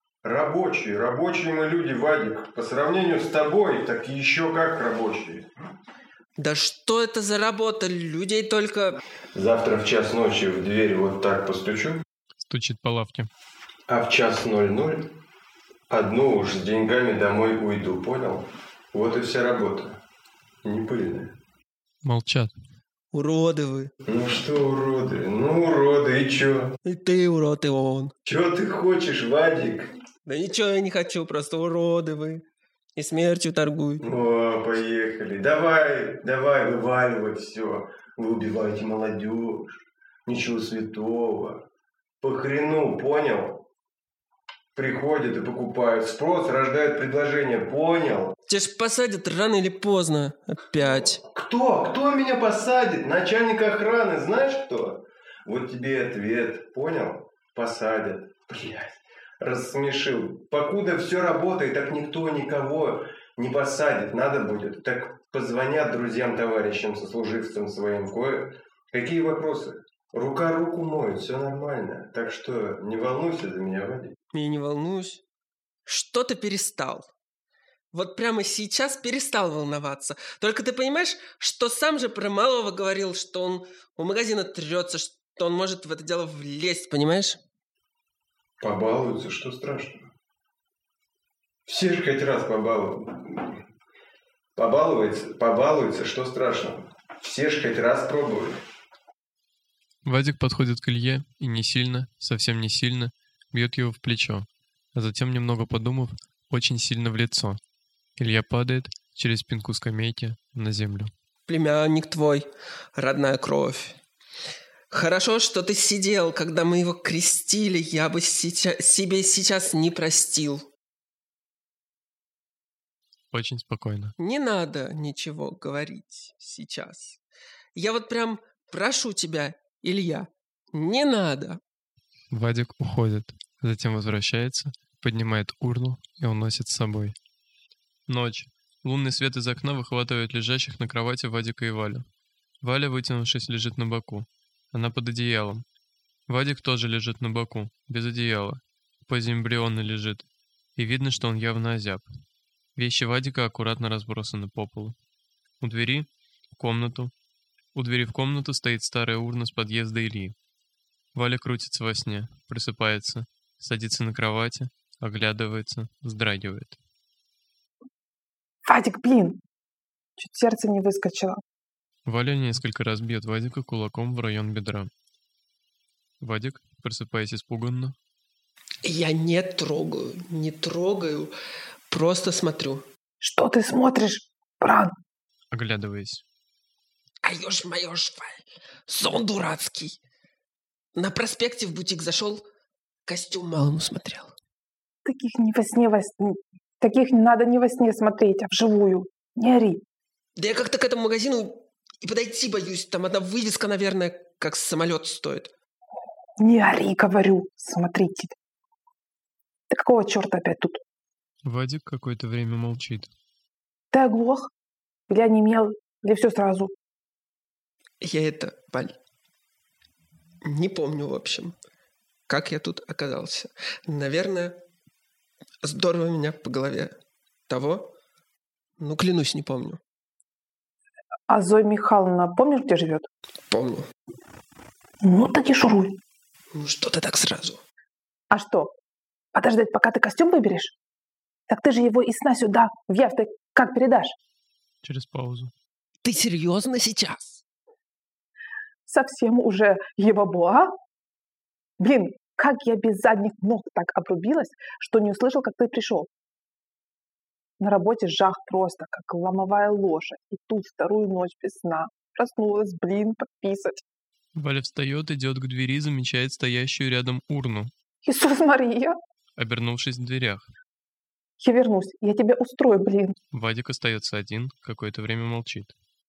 Рабочие мы люди, Вадик. По сравнению с тобой, так еще как рабочие.
Да что это за работа? Людей только...
Завтра в 1:00 ночи в дверь вот так постучу.
Стучит по лавке.
А в 1:00 одну уж с деньгами домой уйду, понял? Вот и вся работа. Не пыльная.
Молчат.
Уроды вы.
Ну что уроды? Ну уроды, и чё?
И ты урод, и он.
Чё ты хочешь, Вадик?
Да ничего я не хочу, просто уроды вы. И смертью торгуют.
О, поехали. Давай, вываливай все. Вы убиваете молодежь. Ничего святого. По хрену, понял? Приходят и покупают. Спрос рождает предложение, понял?
Тебя ж посадят рано или поздно. Опять.
Кто? Кто меня посадит? Начальник охраны, знаешь кто? Вот тебе и ответ, понял? Посадят. Блядь, рассмешил. Покуда все работает, так никто никого не посадит. Надо будет, так позвонят друзьям, товарищам, сослуживцам своим. Какие вопросы? Рука руку моет, все нормально. Так что не волнуйся за меня, Вадик.
Я не волнуюсь. Что ты перестал? Вот прямо сейчас перестал волноваться. Только ты понимаешь, что сам же про малого говорил, что он у магазина трется, что он может в это дело влезть, понимаешь?
Побалуются, что страшного? Все же хоть раз побалуются, что страшного? Все же хоть раз пробовали.
Вадик подходит к Илье и не сильно, совсем не сильно, бьет его в плечо, а затем, немного подумав, очень сильно в лицо. Илья падает через спинку скамейки на землю.
Племянник твой, родная кровь. Хорошо, что ты сидел, когда мы его крестили. Я бы себе сейчас не простил.
Очень спокойно.
Не надо ничего говорить сейчас. Я вот прям прошу тебя, Илья, не надо.
Вадик уходит, затем возвращается, поднимает урну и уносит с собой. Ночь. Лунный свет из окна выхватывает лежащих на кровати Вадика и Валю. Валя, вытянувшись, лежит на боку. Она под одеялом. Вадик тоже лежит на боку, без одеяла. В позе эмбриона лежит. И видно, что он явно озяб. Вещи Вадика аккуратно разбросаны по полу. У двери в комнату стоит старая урна с подъезда Ильи. Валя крутится во сне, просыпается, садится на кровати, оглядывается, вздрагивает.
Вадик, блин! Чуть сердце не выскочило.
Валя несколько раз бьет Вадика кулаком в район бедра. Вадик, просыпаясь испуганно.
Я не трогаю, просто смотрю.
Что ты смотришь, Бран?
Оглядываясь.
А ешь-моешь, сон дурацкий. На проспекте в бутик зашел, костюм малому смотрел.
Таких надо не во сне смотреть, а вживую. Не ори.
Да я как-то к этому магазину и подойти боюсь. Там одна вывеска, наверное, как самолет стоит.
Не ори, говорю. Смотрите. Ты какого черта опять тут?
Вадик какое-то время молчит.
Ты оглох? Или онемел? Или все сразу?
Я Валь, не помню, в общем, как я тут оказался. Наверное, здорово меня по голове того. Ну, клянусь, не помню.
А Зоя Михайловна, помнишь, где живет?
Помню.
Ну, так и шуруй.
Ну, что ты так сразу?
А что? Подождать, пока ты костюм выберешь? Так ты же его из сна сюда, в Явты, как передашь?
Через паузу.
Ты серьезно сейчас?
Совсем уже ебабуа? Блин, как я без задних ног так обрубилась, что не услышал, как ты пришел. На работе жах просто, как ломовая лошадь. И тут вторую ночь без сна. Проснулась, пописать.
Валя встает, идет к двери, замечает стоящую рядом урну.
Иисус Мария!
Обернувшись в дверях.
Я вернусь, я тебя устрою, блин.
Вадик остается один, какое-то время молчит.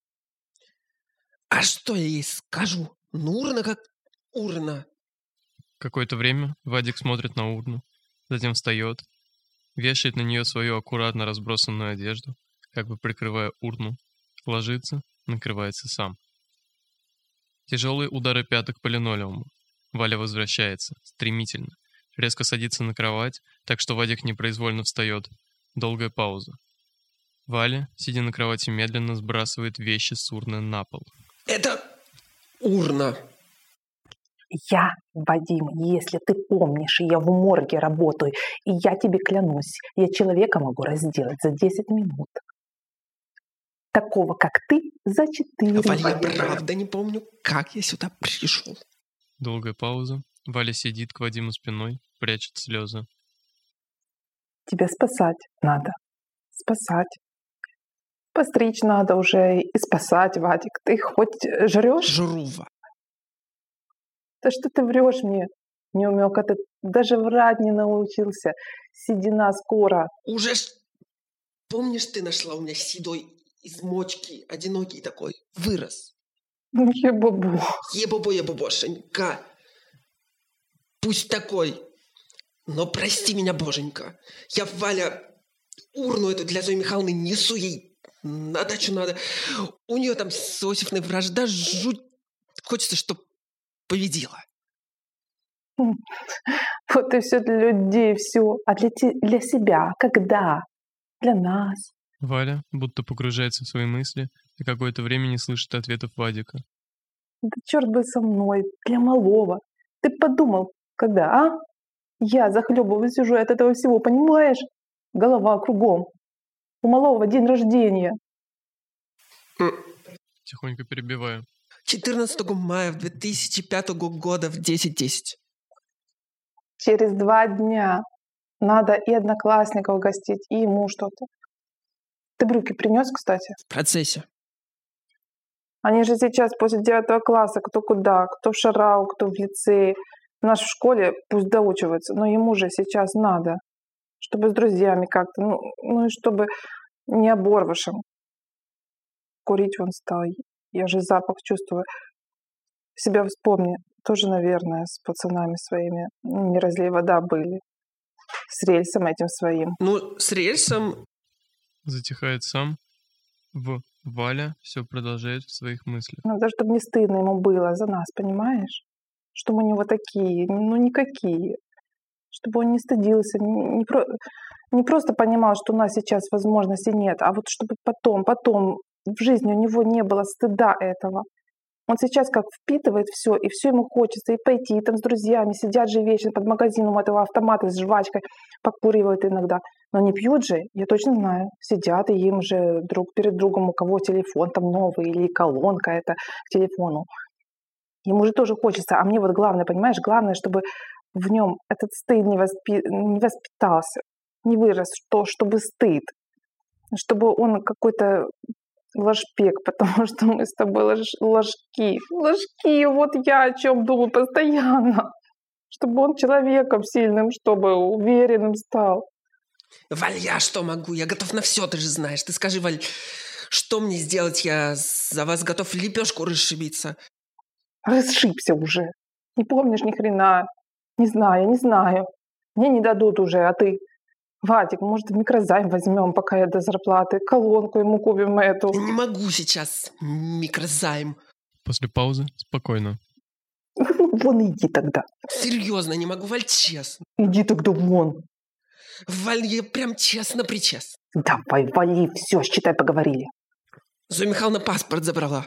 А что я ей скажу? Ну, урна как урна.
Какое-то время Вадик смотрит на урну, затем встает, вешает на нее свою аккуратно разбросанную одежду, как бы прикрывая урну, ложится, накрывается сам. Тяжелые удары пяток по линолеуму. Валя возвращается, стремительно, резко садится на кровать, так что Вадик непроизвольно встает. Долгая пауза. Валя, сидя на кровати, медленно сбрасывает вещи с урны на пол.
Это урна.
Я, Вадим, если ты помнишь, я в морге работаю, и я тебе клянусь, я человека могу разделать за 10 минут. Такого, как ты, за 4.
Валя, я правда не помню, как я сюда пришел.
Долгая пауза. Валя сидит к Вадиму спиной, прячет слезы.
Тебя спасать надо. Спасать. Постричь надо уже и спасать, Вадик. Ты хоть жрешь?
Жру.
Да что ты врешь мне, неумелка, ты даже врать не научился. Седина скоро.
Уже помнишь, ты нашла у меня седой из мочки, одинокий такой, вырос.
Ебабо.
Ебобошенька. Пусть такой. Но прости меня, боженька. Я, Валя, урну эту для Зои Михайловны несу ей. На дачу надо. У нее там с Осифной вражда жуть. Хочется, чтоб победила.
Вот и все для людей, все. А для себя когда? Для нас.
Валя будто погружается в свои мысли и какое-то время не слышит ответов Вадика.
Да черт бы со мной, для малого. Ты подумал, когда, а? Я захлебываюсь уже от этого всего, понимаешь? Голова кругом. У малого день рождения.
Тихонько перебиваю.
14 мая 2005 года в 10:10.
Через 2 дня надо и одноклассников гостить, и ему что-то. Ты брюки принес, кстати?
В процессе.
Они же сейчас после 9 класса кто куда, кто в Шарау, кто в лицее. Наш в школе пусть доучивается, но ему же сейчас надо, чтобы с друзьями как-то, ну и чтобы не оборвышем. Курить он стал. Я же запах чувствую. Себя вспомни. Тоже, наверное, с пацанами своими. Не разлей вода были. С рельсом этим своим.
Ну, с рельсом...
Затихает сам. Валя все продолжает в своих мыслях.
Надо, чтобы не стыдно ему было за нас, понимаешь? Что мы у него такие, ну никакие. Чтобы он не стыдился, не просто понимал, что у нас сейчас возможности нет, а вот чтобы потом в жизни у него не было стыда этого. Он сейчас как впитывает все, и все ему хочется, и пойти, и там с друзьями, сидят же вечно под магазином этого автомата с жвачкой, покуривают иногда. Но не пьют же, я точно знаю. Сидят, и им же друг перед другом, у кого телефон там новый, или колонка это к телефону. Ему же тоже хочется. А мне вот главное, понимаешь, главное, чтобы в нем этот стыд не воспитался, не вырос, чтобы стыд, чтобы он какой-то ложпек, потому что мы с тобой ложки. Ложки, вот я о чем думаю постоянно. Чтобы он человеком сильным, чтобы уверенным стал.
Валь, я что могу? Я готов на все, ты же знаешь. Ты скажи, Валь, что мне сделать? Я за вас готов лепешку расшибиться.
Расшибся уже. Не помнишь ни хрена. Не знаю. Мне не дадут уже, а ты... Вадик, может, микрозайм возьмем, пока я до зарплаты, колонку ему купим эту.
Я не могу сейчас микрозайм.
После паузы спокойно.
Вон иди тогда.
Серьезно, не могу, Валь, честно.
Иди тогда вон.
Валь, я прям честно-причестно.
Давай, вали, все, считай, поговорили.
Зоя Михайловна паспорт забрала.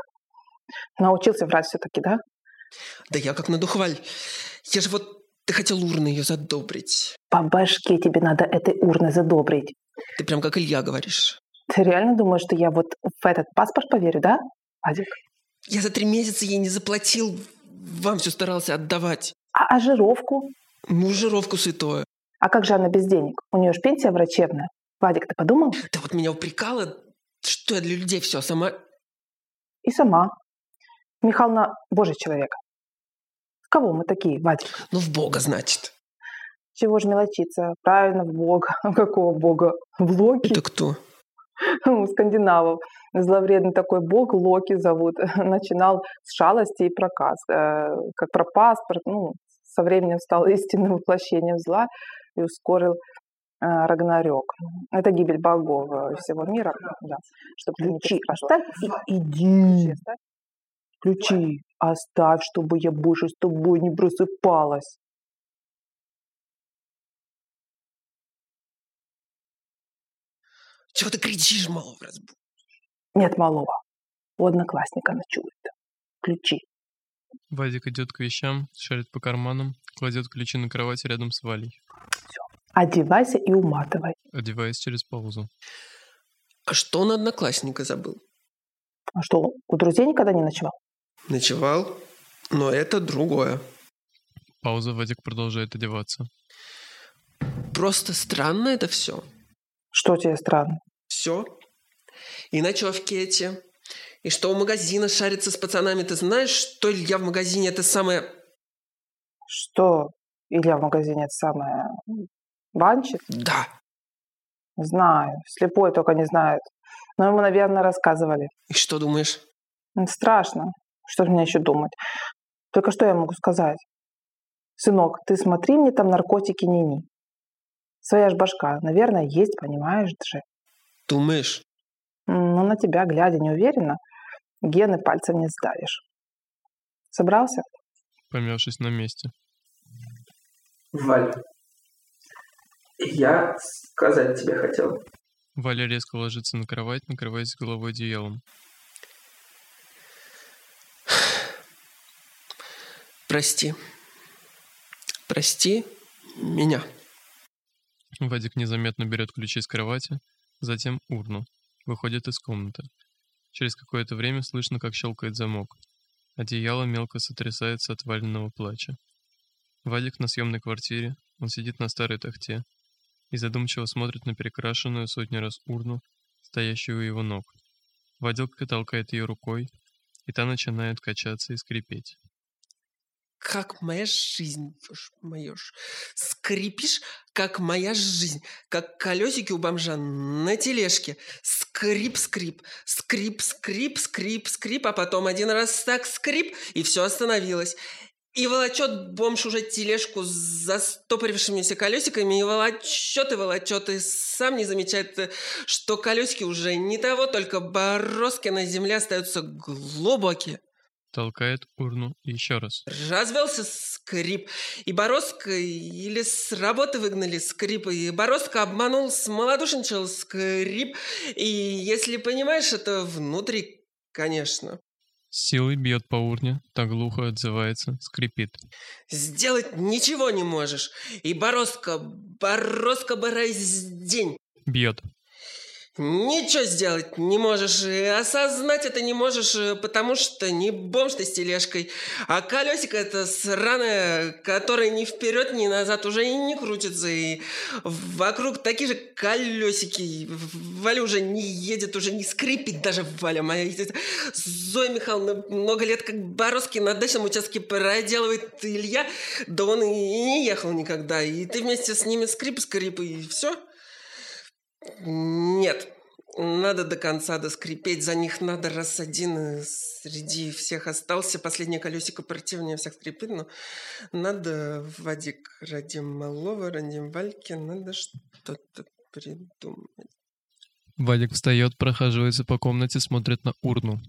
Научился врать все-таки, да?
Да я как на дух, Валь. Я же вот... Ты хотел урны ее задобрить.
По башке тебе надо этой урны задобрить.
Ты прям как Илья говоришь.
Ты реально думаешь, что я вот в этот паспорт поверю, да, Вадик?
Я за 3 месяца ей не заплатил. Вам все старался отдавать.
А жировку?
Ну, жировку святое.
А как же она без денег? У нее же пенсия врачебная. Вадик, ты подумал?
Ты вот меня упрекала, что я для людей все сама...
И сама. Михайловна Божий человек. Кого мы такие, Вадик?
Ну, в Бога, значит.
Чего же мелочиться? Правильно, в Бога. Какого Бога? В Локи?
Это кто?
У скандинавов. Зловредный такой бог, Локи зовут. Начинал с шалости и проказ. Как про паспорт. Ну, со временем стал истинным воплощением зла и ускорил Рагнарёк. Это гибель богов всего мира. Да. Чтобы ключи оставь и иди. Ключи оставь, чтобы я больше с тобой не просыпалась.
Чего ты кричишь, малого разбудишь?
Нет малого. У одноклассника ночует. Ключи.
Вадик идет к вещам, шарит по карманам, кладет ключи на кровать рядом с Валей.
Все. Одевайся и уматывай.
Одеваясь через паузу.
А что он одноклассника забыл?
А что, у друзей никогда не ночевал?
Ночевал, но это другое.
Пауза, Вадик продолжает одеваться.
Просто странно это все.
Что тебе странно?
Все. И ночевки эти. И что у магазина шарится с пацанами. Ты знаешь, что Илья в магазине это самое...
Что Илья в магазине это самое... Банчит?
Да.
Знаю. Слепой только не знает. Но ему, наверное, рассказывали.
И что думаешь?
Страшно. Что мне еще думать? Только что я могу сказать? Сынок, ты смотри, мне там наркотики не-ни. Своя ж башка, наверное, есть, понимаешь же.
Думаешь?
Но на тебя, глядя, не уверена, гены пальцем не сдавишь. Собрался?
Помявшись на месте.
Валь, я сказать тебе хотел.
Валя резко ложится на кровать, накрываясь головой одеялом.
Прости. Прости меня.
Вадик незаметно берет ключи с кровати, затем урну. Выходит из комнаты. Через какое-то время слышно, как щелкает замок. Одеяло мелко сотрясается от Валиного плача. Вадик на съемной квартире, он сидит на старой тахте и задумчиво смотрит на перекрашенную сотни раз урну, стоящую у его ног. Вадик толкает ее рукой, и та начинает качаться и скрипеть.
Как моя жизнь, моешь. Скрипишь, как моя жизнь. Как колесики у бомжа на тележке. Скрип-скрип, скрип-скрип-скрип-скрип, а потом один раз так скрип, и все остановилось. И волочет бомж уже тележку с застопорившимися колесиками, и волочет, и сам не замечает, что колесики уже не того, только бороздки на земле остаются глубокие.
Толкает урну еще раз.
Развелся скрип, и бороздка или с работы выгнали скрип, и бороздка обманул, смолодушничал скрип, и если понимаешь, это внутри, конечно.
С силой бьет по урне, так глухо отзывается, скрипит.
Сделать ничего не можешь, и бороздка бороздень.
Бьет.
Ничего сделать не можешь, и осознать это не можешь, потому что не бомж ты с тележкой, а колесико это сраное, которое ни вперед, ни назад уже и не крутится, и вокруг такие же колесики. Валя уже не едет, уже не скрипит даже Валя моя. Зоя Михайловна много лет как бороздки на дачном участке проделывает Илья, да он и не ехал никогда, и ты вместе с ними скрип, и все. Нет, надо до конца доскрипеть, за них надо раз один среди всех остался. Последнее колесико противнее всех скрипит, но надо, Вадик, ради малого, ради Вальки, надо что-то придумать.
Вадик встает, прохаживается по комнате, смотрит на урну.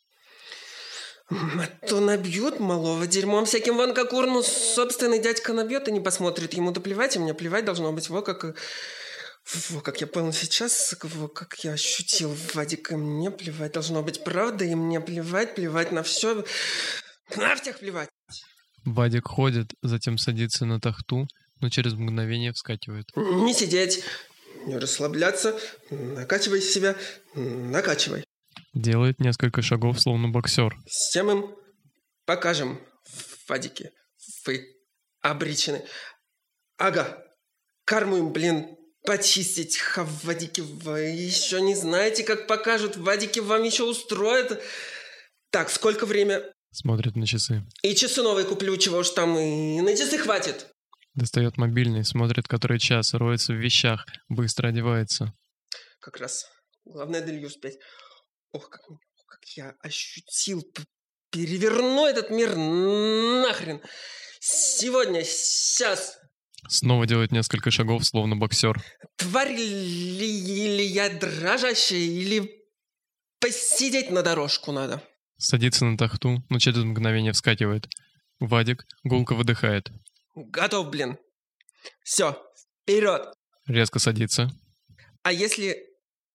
А то набьют малого дерьмом всяким, вон как урну собственный дядька набьет и не посмотрит. Ему-то плевать, и мне плевать должно быть. Как я понял сейчас, как я ощутил, Вадик, и мне плевать должно быть, правда, и мне плевать на все, на всех плевать.
Вадик ходит, затем садится на тахту, но через мгновение вскакивает.
Не сидеть, не расслабляться, накачивай себя, накачивай.
Делает несколько шагов, словно боксер.
Всем им покажем, Вадики, вы обречены. Ага, карму им, блин, почистить, Вадики, вы еще не знаете, как покажут. Вадики вам еще устроят. Так, сколько время?
Смотрит на часы.
И часы новые куплю, чего уж там, и на часы хватит.
Достает мобильный, смотрит, который час, роется в вещах, быстро одевается.
Как раз. Главное до Илью успеть. Ох, как я ощутил. Переверну этот мир нахрен. Сегодня, сейчас.
Снова делает несколько шагов, словно боксер.
Тварь или я дрожащая, или посидеть на дорожку надо.
Садится на тахту, но через мгновение вскакивает. Вадик гулко выдыхает.
Готов, блин. Все, вперед.
Резко садится.
А если...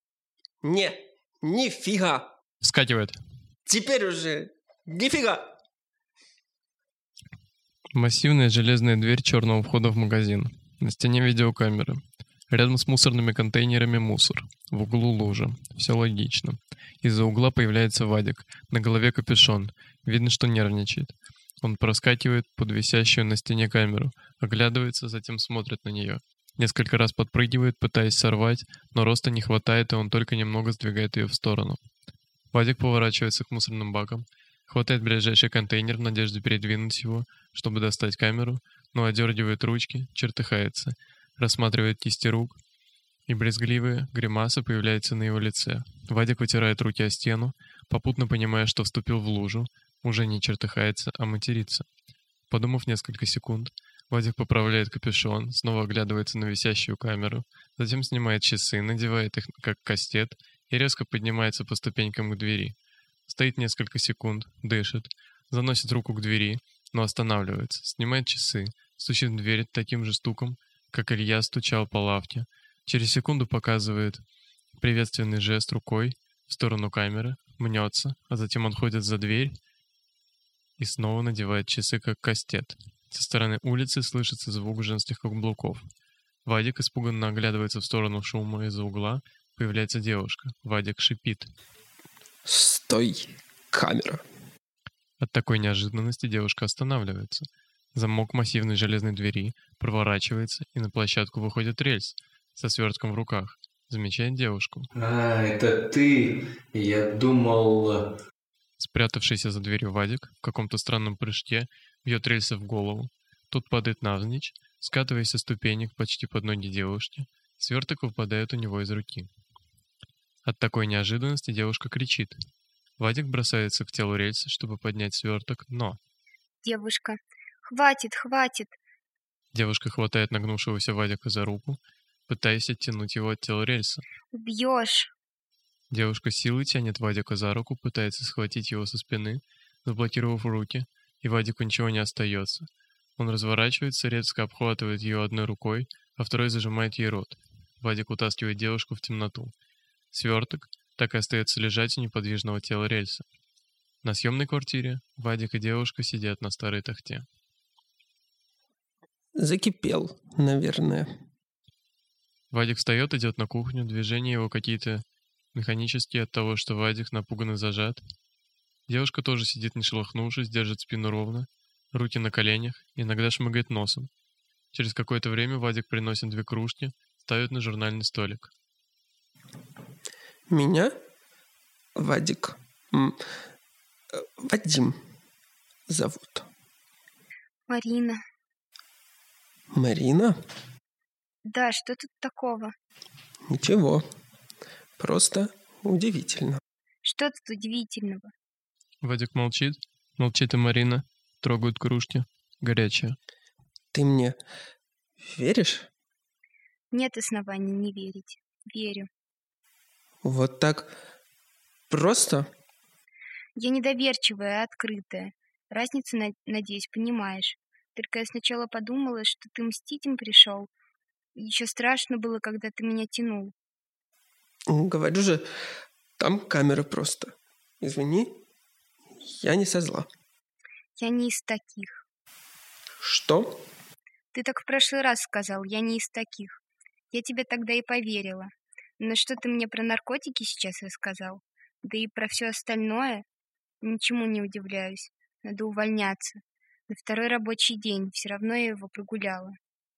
нифига.
Вскакивает.
Теперь уже нифига.
Массивная железная дверь черного входа в магазин. На стене видеокамеры. Рядом с мусорными контейнерами мусор. В углу лужа. Все логично. Из-за угла появляется Вадик. На голове капюшон. Видно, что нервничает. Он проскакивает под висящую на стене камеру. Оглядывается, затем смотрит на нее. Несколько раз подпрыгивает, пытаясь сорвать, но роста не хватает, и он только немного сдвигает ее в сторону. Вадик поворачивается к мусорным бакам. Хватает ближайший контейнер в надежде передвинуть его, чтобы достать камеру, но одергивает ручки, чертыхается, рассматривает кисти рук. и брезгливая гримаса появляется на его лице. Вадик вытирает руки о стену, попутно понимая, что вступил в лужу, уже не чертыхается, а матерится. Подумав несколько секунд, Вадик поправляет капюшон, снова оглядывается на висящую камеру, затем снимает часы, надевает их как кастет и резко поднимается по ступенькам к двери. Стоит несколько секунд, дышит, заносит руку к двери, но останавливается, снимает часы, стучит в дверь таким же стуком, как Илья стучал по лавке. Через секунду показывает приветственный жест рукой в сторону камеры, мнется, а затем он ходит за дверь и снова надевает часы как кастет. Со стороны улицы слышится звук женских каблуков. Вадик испуганно оглядывается в сторону шума из-за угла. Появляется девушка. Вадик шипит.
Стой, камера.
От такой неожиданности девушка останавливается. Замок массивной железной двери проворачивается, и на площадку выходит рельс со свертком в руках. Замечает девушку.
Это ты? Я думал...
Спрятавшийся за дверью Вадик в каком-то странном прыжке бьет рельса в голову. Тот падает навзничь, скатываясь со ступенек почти под ноги девушки. Сверток выпадает у него из руки. От такой неожиданности девушка кричит. Вадик бросается к телу рельса, чтобы поднять сверток, но...
Девушка, хватит, хватит.
Девушка хватает нагнувшегося Вадика за руку, пытаясь оттянуть его от тела рельса.
Убьешь.
Девушка силой тянет Вадика за руку, пытается схватить его со спины, заблокировав руки, и Вадику ничего не остается. Он разворачивается, резко обхватывает ее одной рукой, а второй зажимает ей рот. Вадик утаскивает девушку в темноту. Сверток так и остается лежать у неподвижного тела рельса. На съемной квартире Вадик и девушка сидят на старой тахте.
Закипел, наверное.
Вадик встает, идет на кухню, движения его какие-то механические от того, что Вадик напуган и зажат. Девушка тоже сидит не шелохнувшись, держит спину ровно, руки на коленях, иногда шмыгает носом. Через какое-то время Вадик приносит 2 кружки, ставит на журнальный столик.
Меня? Вадик. Вадим зовут.
Марина.
Марина?
Да, что тут такого?
Ничего. Просто удивительно.
Что тут удивительного?
Вадик молчит. Молчит и Марина. Трогают кружки. Горячая.
Ты мне веришь?
Нет оснований не верить. Верю.
Вот так просто?
Я недоверчивая, а открытая. Разницу, надеюсь, понимаешь. Только я сначала подумала, что ты мстить им пришел. Еще страшно было, когда ты меня тянул.
Говорю же, там камера просто. Извини, я не со зла.
Я не из таких.
Что?
Ты так в прошлый раз сказал, я не из таких. Я тебе тогда и поверила. Но что ты мне про наркотики сейчас рассказал? Да и про все остальное? Ничему не удивляюсь. Надо увольняться. На 2-й рабочий день. Все равно я его прогуляла.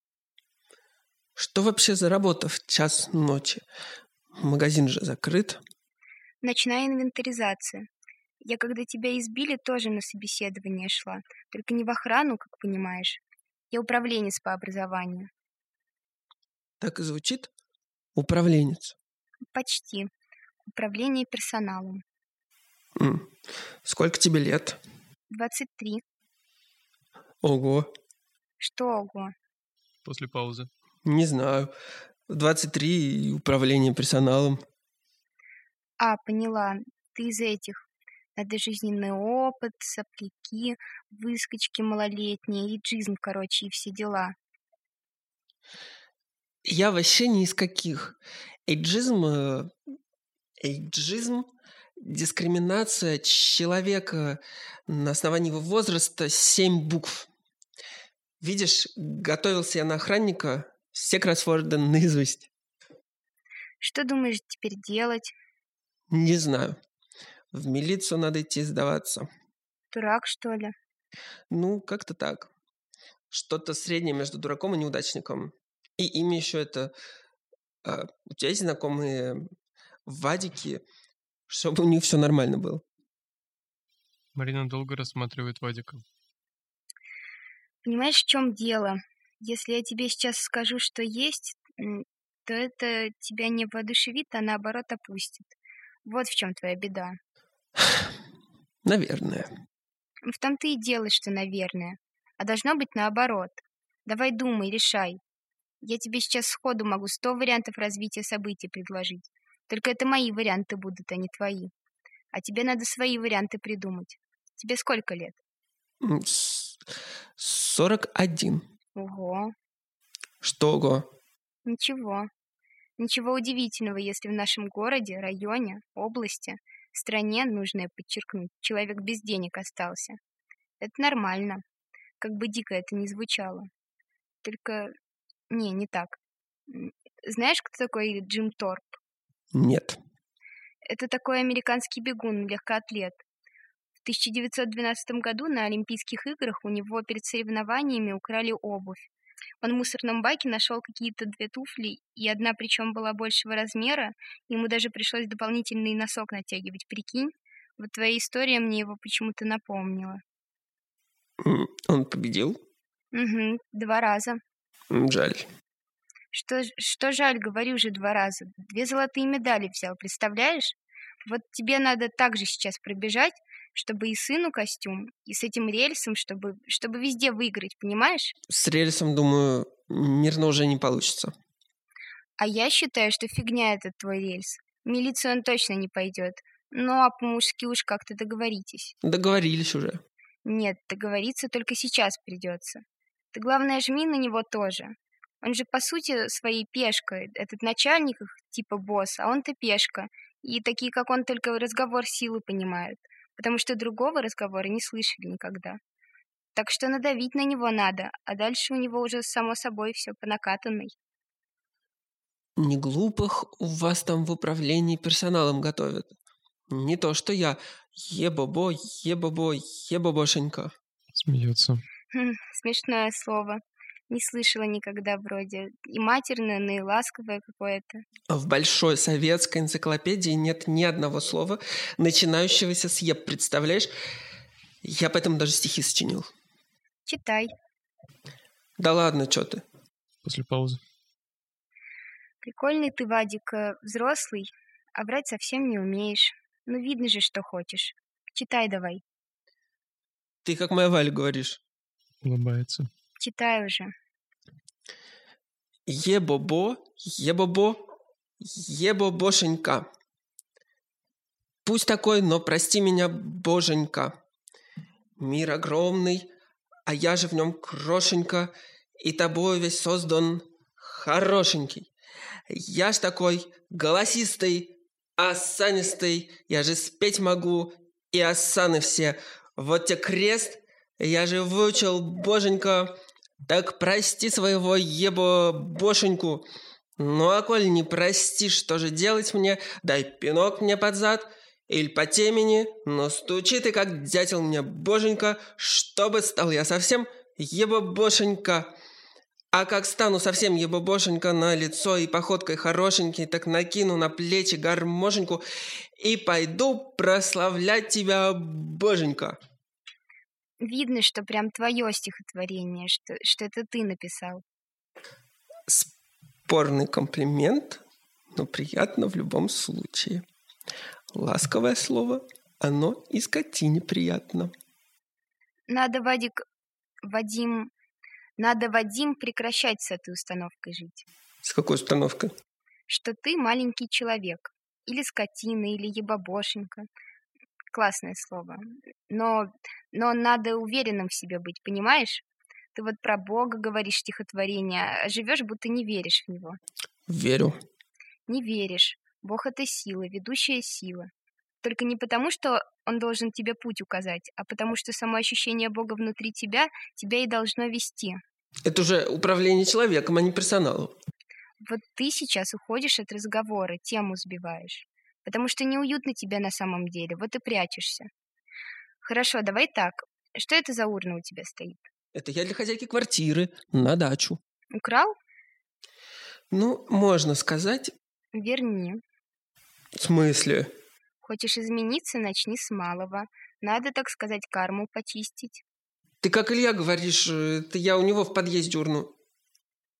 Что вообще за работа в 1:00 ночи? Магазин же закрыт.
Ночная инвентаризация. Я, когда тебя избили, тоже на собеседование шла. Только не в охрану, как понимаешь. Я управленец по образованию.
Так и звучит? Управленец.
Почти. Управление персоналом.
Сколько тебе лет?
23.
Ого.
Что ого?
После паузы.
Не знаю. 23 и управление персоналом.
Поняла. Ты из этих. Надо жизненный опыт, сопляки, выскочки малолетние, эйджизм, короче, и все дела.
Я вообще ни из каких. Эйджизм – дискриминация человека на основании его возраста 7 букв. Видишь, готовился я на охранника, все кроссворды наизусть.
Что думаешь теперь делать?
Не знаю. В милицию надо идти сдаваться.
Дурак, что ли?
Ну, как-то так. Что-то среднее между дураком и неудачником. И имя еще это... у тебя есть знакомые Вадики, чтобы у них все нормально было?
Марина долго рассматривает Вадика.
Понимаешь, в чем дело? Если я тебе сейчас скажу, что есть, то это тебя не воодушевит, а наоборот опустит. Вот в чем твоя беда.
Наверное.
В том-то и дело, что наверное. А должно быть наоборот. Давай думай, решай. Я тебе сейчас сходу могу 100 вариантов развития событий предложить. Только это мои варианты будут, а не твои. А тебе надо свои варианты придумать. Тебе сколько лет?
41.
Ого.
Что ого?
Ничего. Ничего удивительного, если в нашем городе, районе, области, стране, нужно подчеркнуть, человек без денег остался. Это нормально. Как бы дико это ни звучало. Только... не так. Знаешь, кто такой Джим Торп?
Нет.
Это такой американский бегун, легкоатлет. В 1912 году на Олимпийских играх у него перед соревнованиями украли обувь. Он в мусорном баке нашел какие-то 2 туфли, и одна причем была большего размера, ему даже пришлось дополнительный носок натягивать, прикинь? Вот твоя история мне его почему-то напомнила.
Он победил?
Угу, 2 раза.
Жаль.
Что жаль, говорю же 2 раза. 2 золотые медали взял, представляешь? Вот тебе надо также сейчас пробежать, чтобы и сыну костюм, и с этим рельсом, чтобы везде выиграть, понимаешь?
С рельсом, думаю, мирно уже не получится.
А я считаю, что фигня этот твой рельс. В милицию он точно не пойдет. Ну, а по-мужски уж как-то договоритесь.
Договорились уже.
Нет, договориться только сейчас придется. Ты, главное, жми на него тоже. Он же, по сути, своей пешкой. Этот начальник их, типа босс, а он-то пешка. И такие, как он, только разговор силы понимают. Потому что другого разговора не слышали никогда. Так что надавить на него надо, а дальше у него уже само собой все по накатанной.
Не глупых у вас там в управлении персоналом готовят. Не то, что я. Е-бобо, е-бобо, е-бобошенька.
Смеется.
Смешное слово. Не слышала никогда вроде. И матерное, но и ласковое какое-то.
В большой советской энциклопедии нет ни одного слова, начинающегося с «еб», представляешь? Я поэтому даже стихи сочинил.
Читай.
Да ладно, чё ты?
После паузы.
Прикольный ты, Вадик, взрослый, а врать совсем не умеешь. Ну, видно же, что хочешь. Читай давай.
Ты как моя Валя говоришь.
Улыбается.
Читай уже.
Е-бобо, е-бобо, е-бобошенька. Пусть такой, но прости меня, боженька. Мир огромный, а я же в нем крошенька, и тобой весь создан хорошенький. Я ж такой голосистый, осанистый, я же спеть могу, и осаны все. Вот те крест, я же выучил, боженька, так прости своего ебо-бошеньку. Ну а коль не простишь, что же делать мне? Дай пинок мне под зад или по темени, но стучи ты, как дятел мне, боженька, чтобы стал я совсем ебо-бошенька. А как стану совсем ебо-бошенька на лицо и походкой хорошенький, так накину на плечи гармошеньку и пойду прославлять тебя, боженька.
Видно, что прям твое стихотворение, что это ты написал.
Спорный комплимент, но приятно в любом случае. Ласковое слово, оно и скотине приятно.
Надо, Вадим, прекращать с этой установкой жить.
С какой установкой?
Что ты маленький человек. Или скотина, или ебобошенька. Классное слово. Но надо уверенным в себе быть, понимаешь? Ты вот про Бога говоришь стихотворение, а живешь, будто не веришь в него.
Верю.
Не веришь. Бог — это сила, ведущая сила. Только не потому, что он должен тебе путь указать, а потому что само ощущение Бога внутри тебя и должно вести.
Это уже управление человеком, а не персоналом.
Вот ты сейчас уходишь от разговора, тему сбиваешь. Потому что неуютно тебе на самом деле, вот и прячешься. Хорошо, давай так. Что это за урна у тебя стоит?
Это я для хозяйки квартиры, на дачу.
Украл?
Ну, можно сказать.
Верни.
В смысле?
Хочешь измениться, начни с малого. Надо, так сказать, карму почистить.
Ты как Илья говоришь, это я у него в подъезде урну.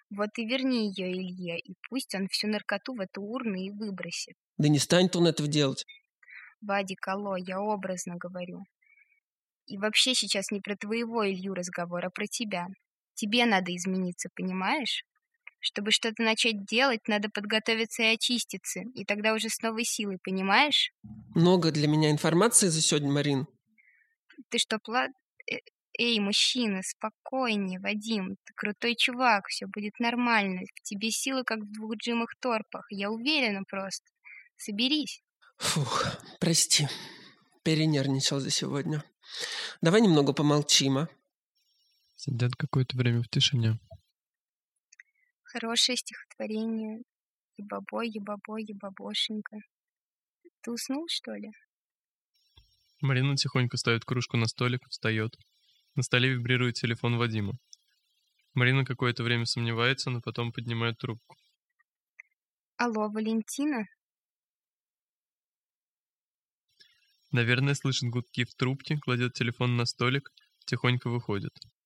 Вот и верни ее Илье, и пусть он всю наркоту в эту урну и выбросит.
Да не станет он этого делать.
Вадик, алло, я образно говорю. И вообще сейчас не про твоего Илью разговор, а про тебя. Тебе надо измениться, понимаешь? Чтобы что-то начать делать, надо подготовиться и очиститься, и тогда уже с новой силой, понимаешь?
Много для меня информации за сегодня, Марин.
Ты что, Эй, мужчина, спокойнее, Вадим. Ты крутой чувак, все будет нормально. В тебе сила, как в 2 джимах торпах. Я уверена просто. Соберись.
Фух, прости. Перенервничал за сегодня. Давай немного помолчим, а?
Сидят какое-то время в тишине.
Хорошее стихотворение. Ебабой, ебабой, ебабошенька. Ты уснул, что ли?
Марина тихонько ставит кружку на столик, встает. На столе вибрирует телефон Вадима. Марина какое-то время сомневается, но потом поднимает трубку.
Алло, Валентина?
Наверное, слышит гудки в трубке, кладет телефон на столик, тихонько выходит.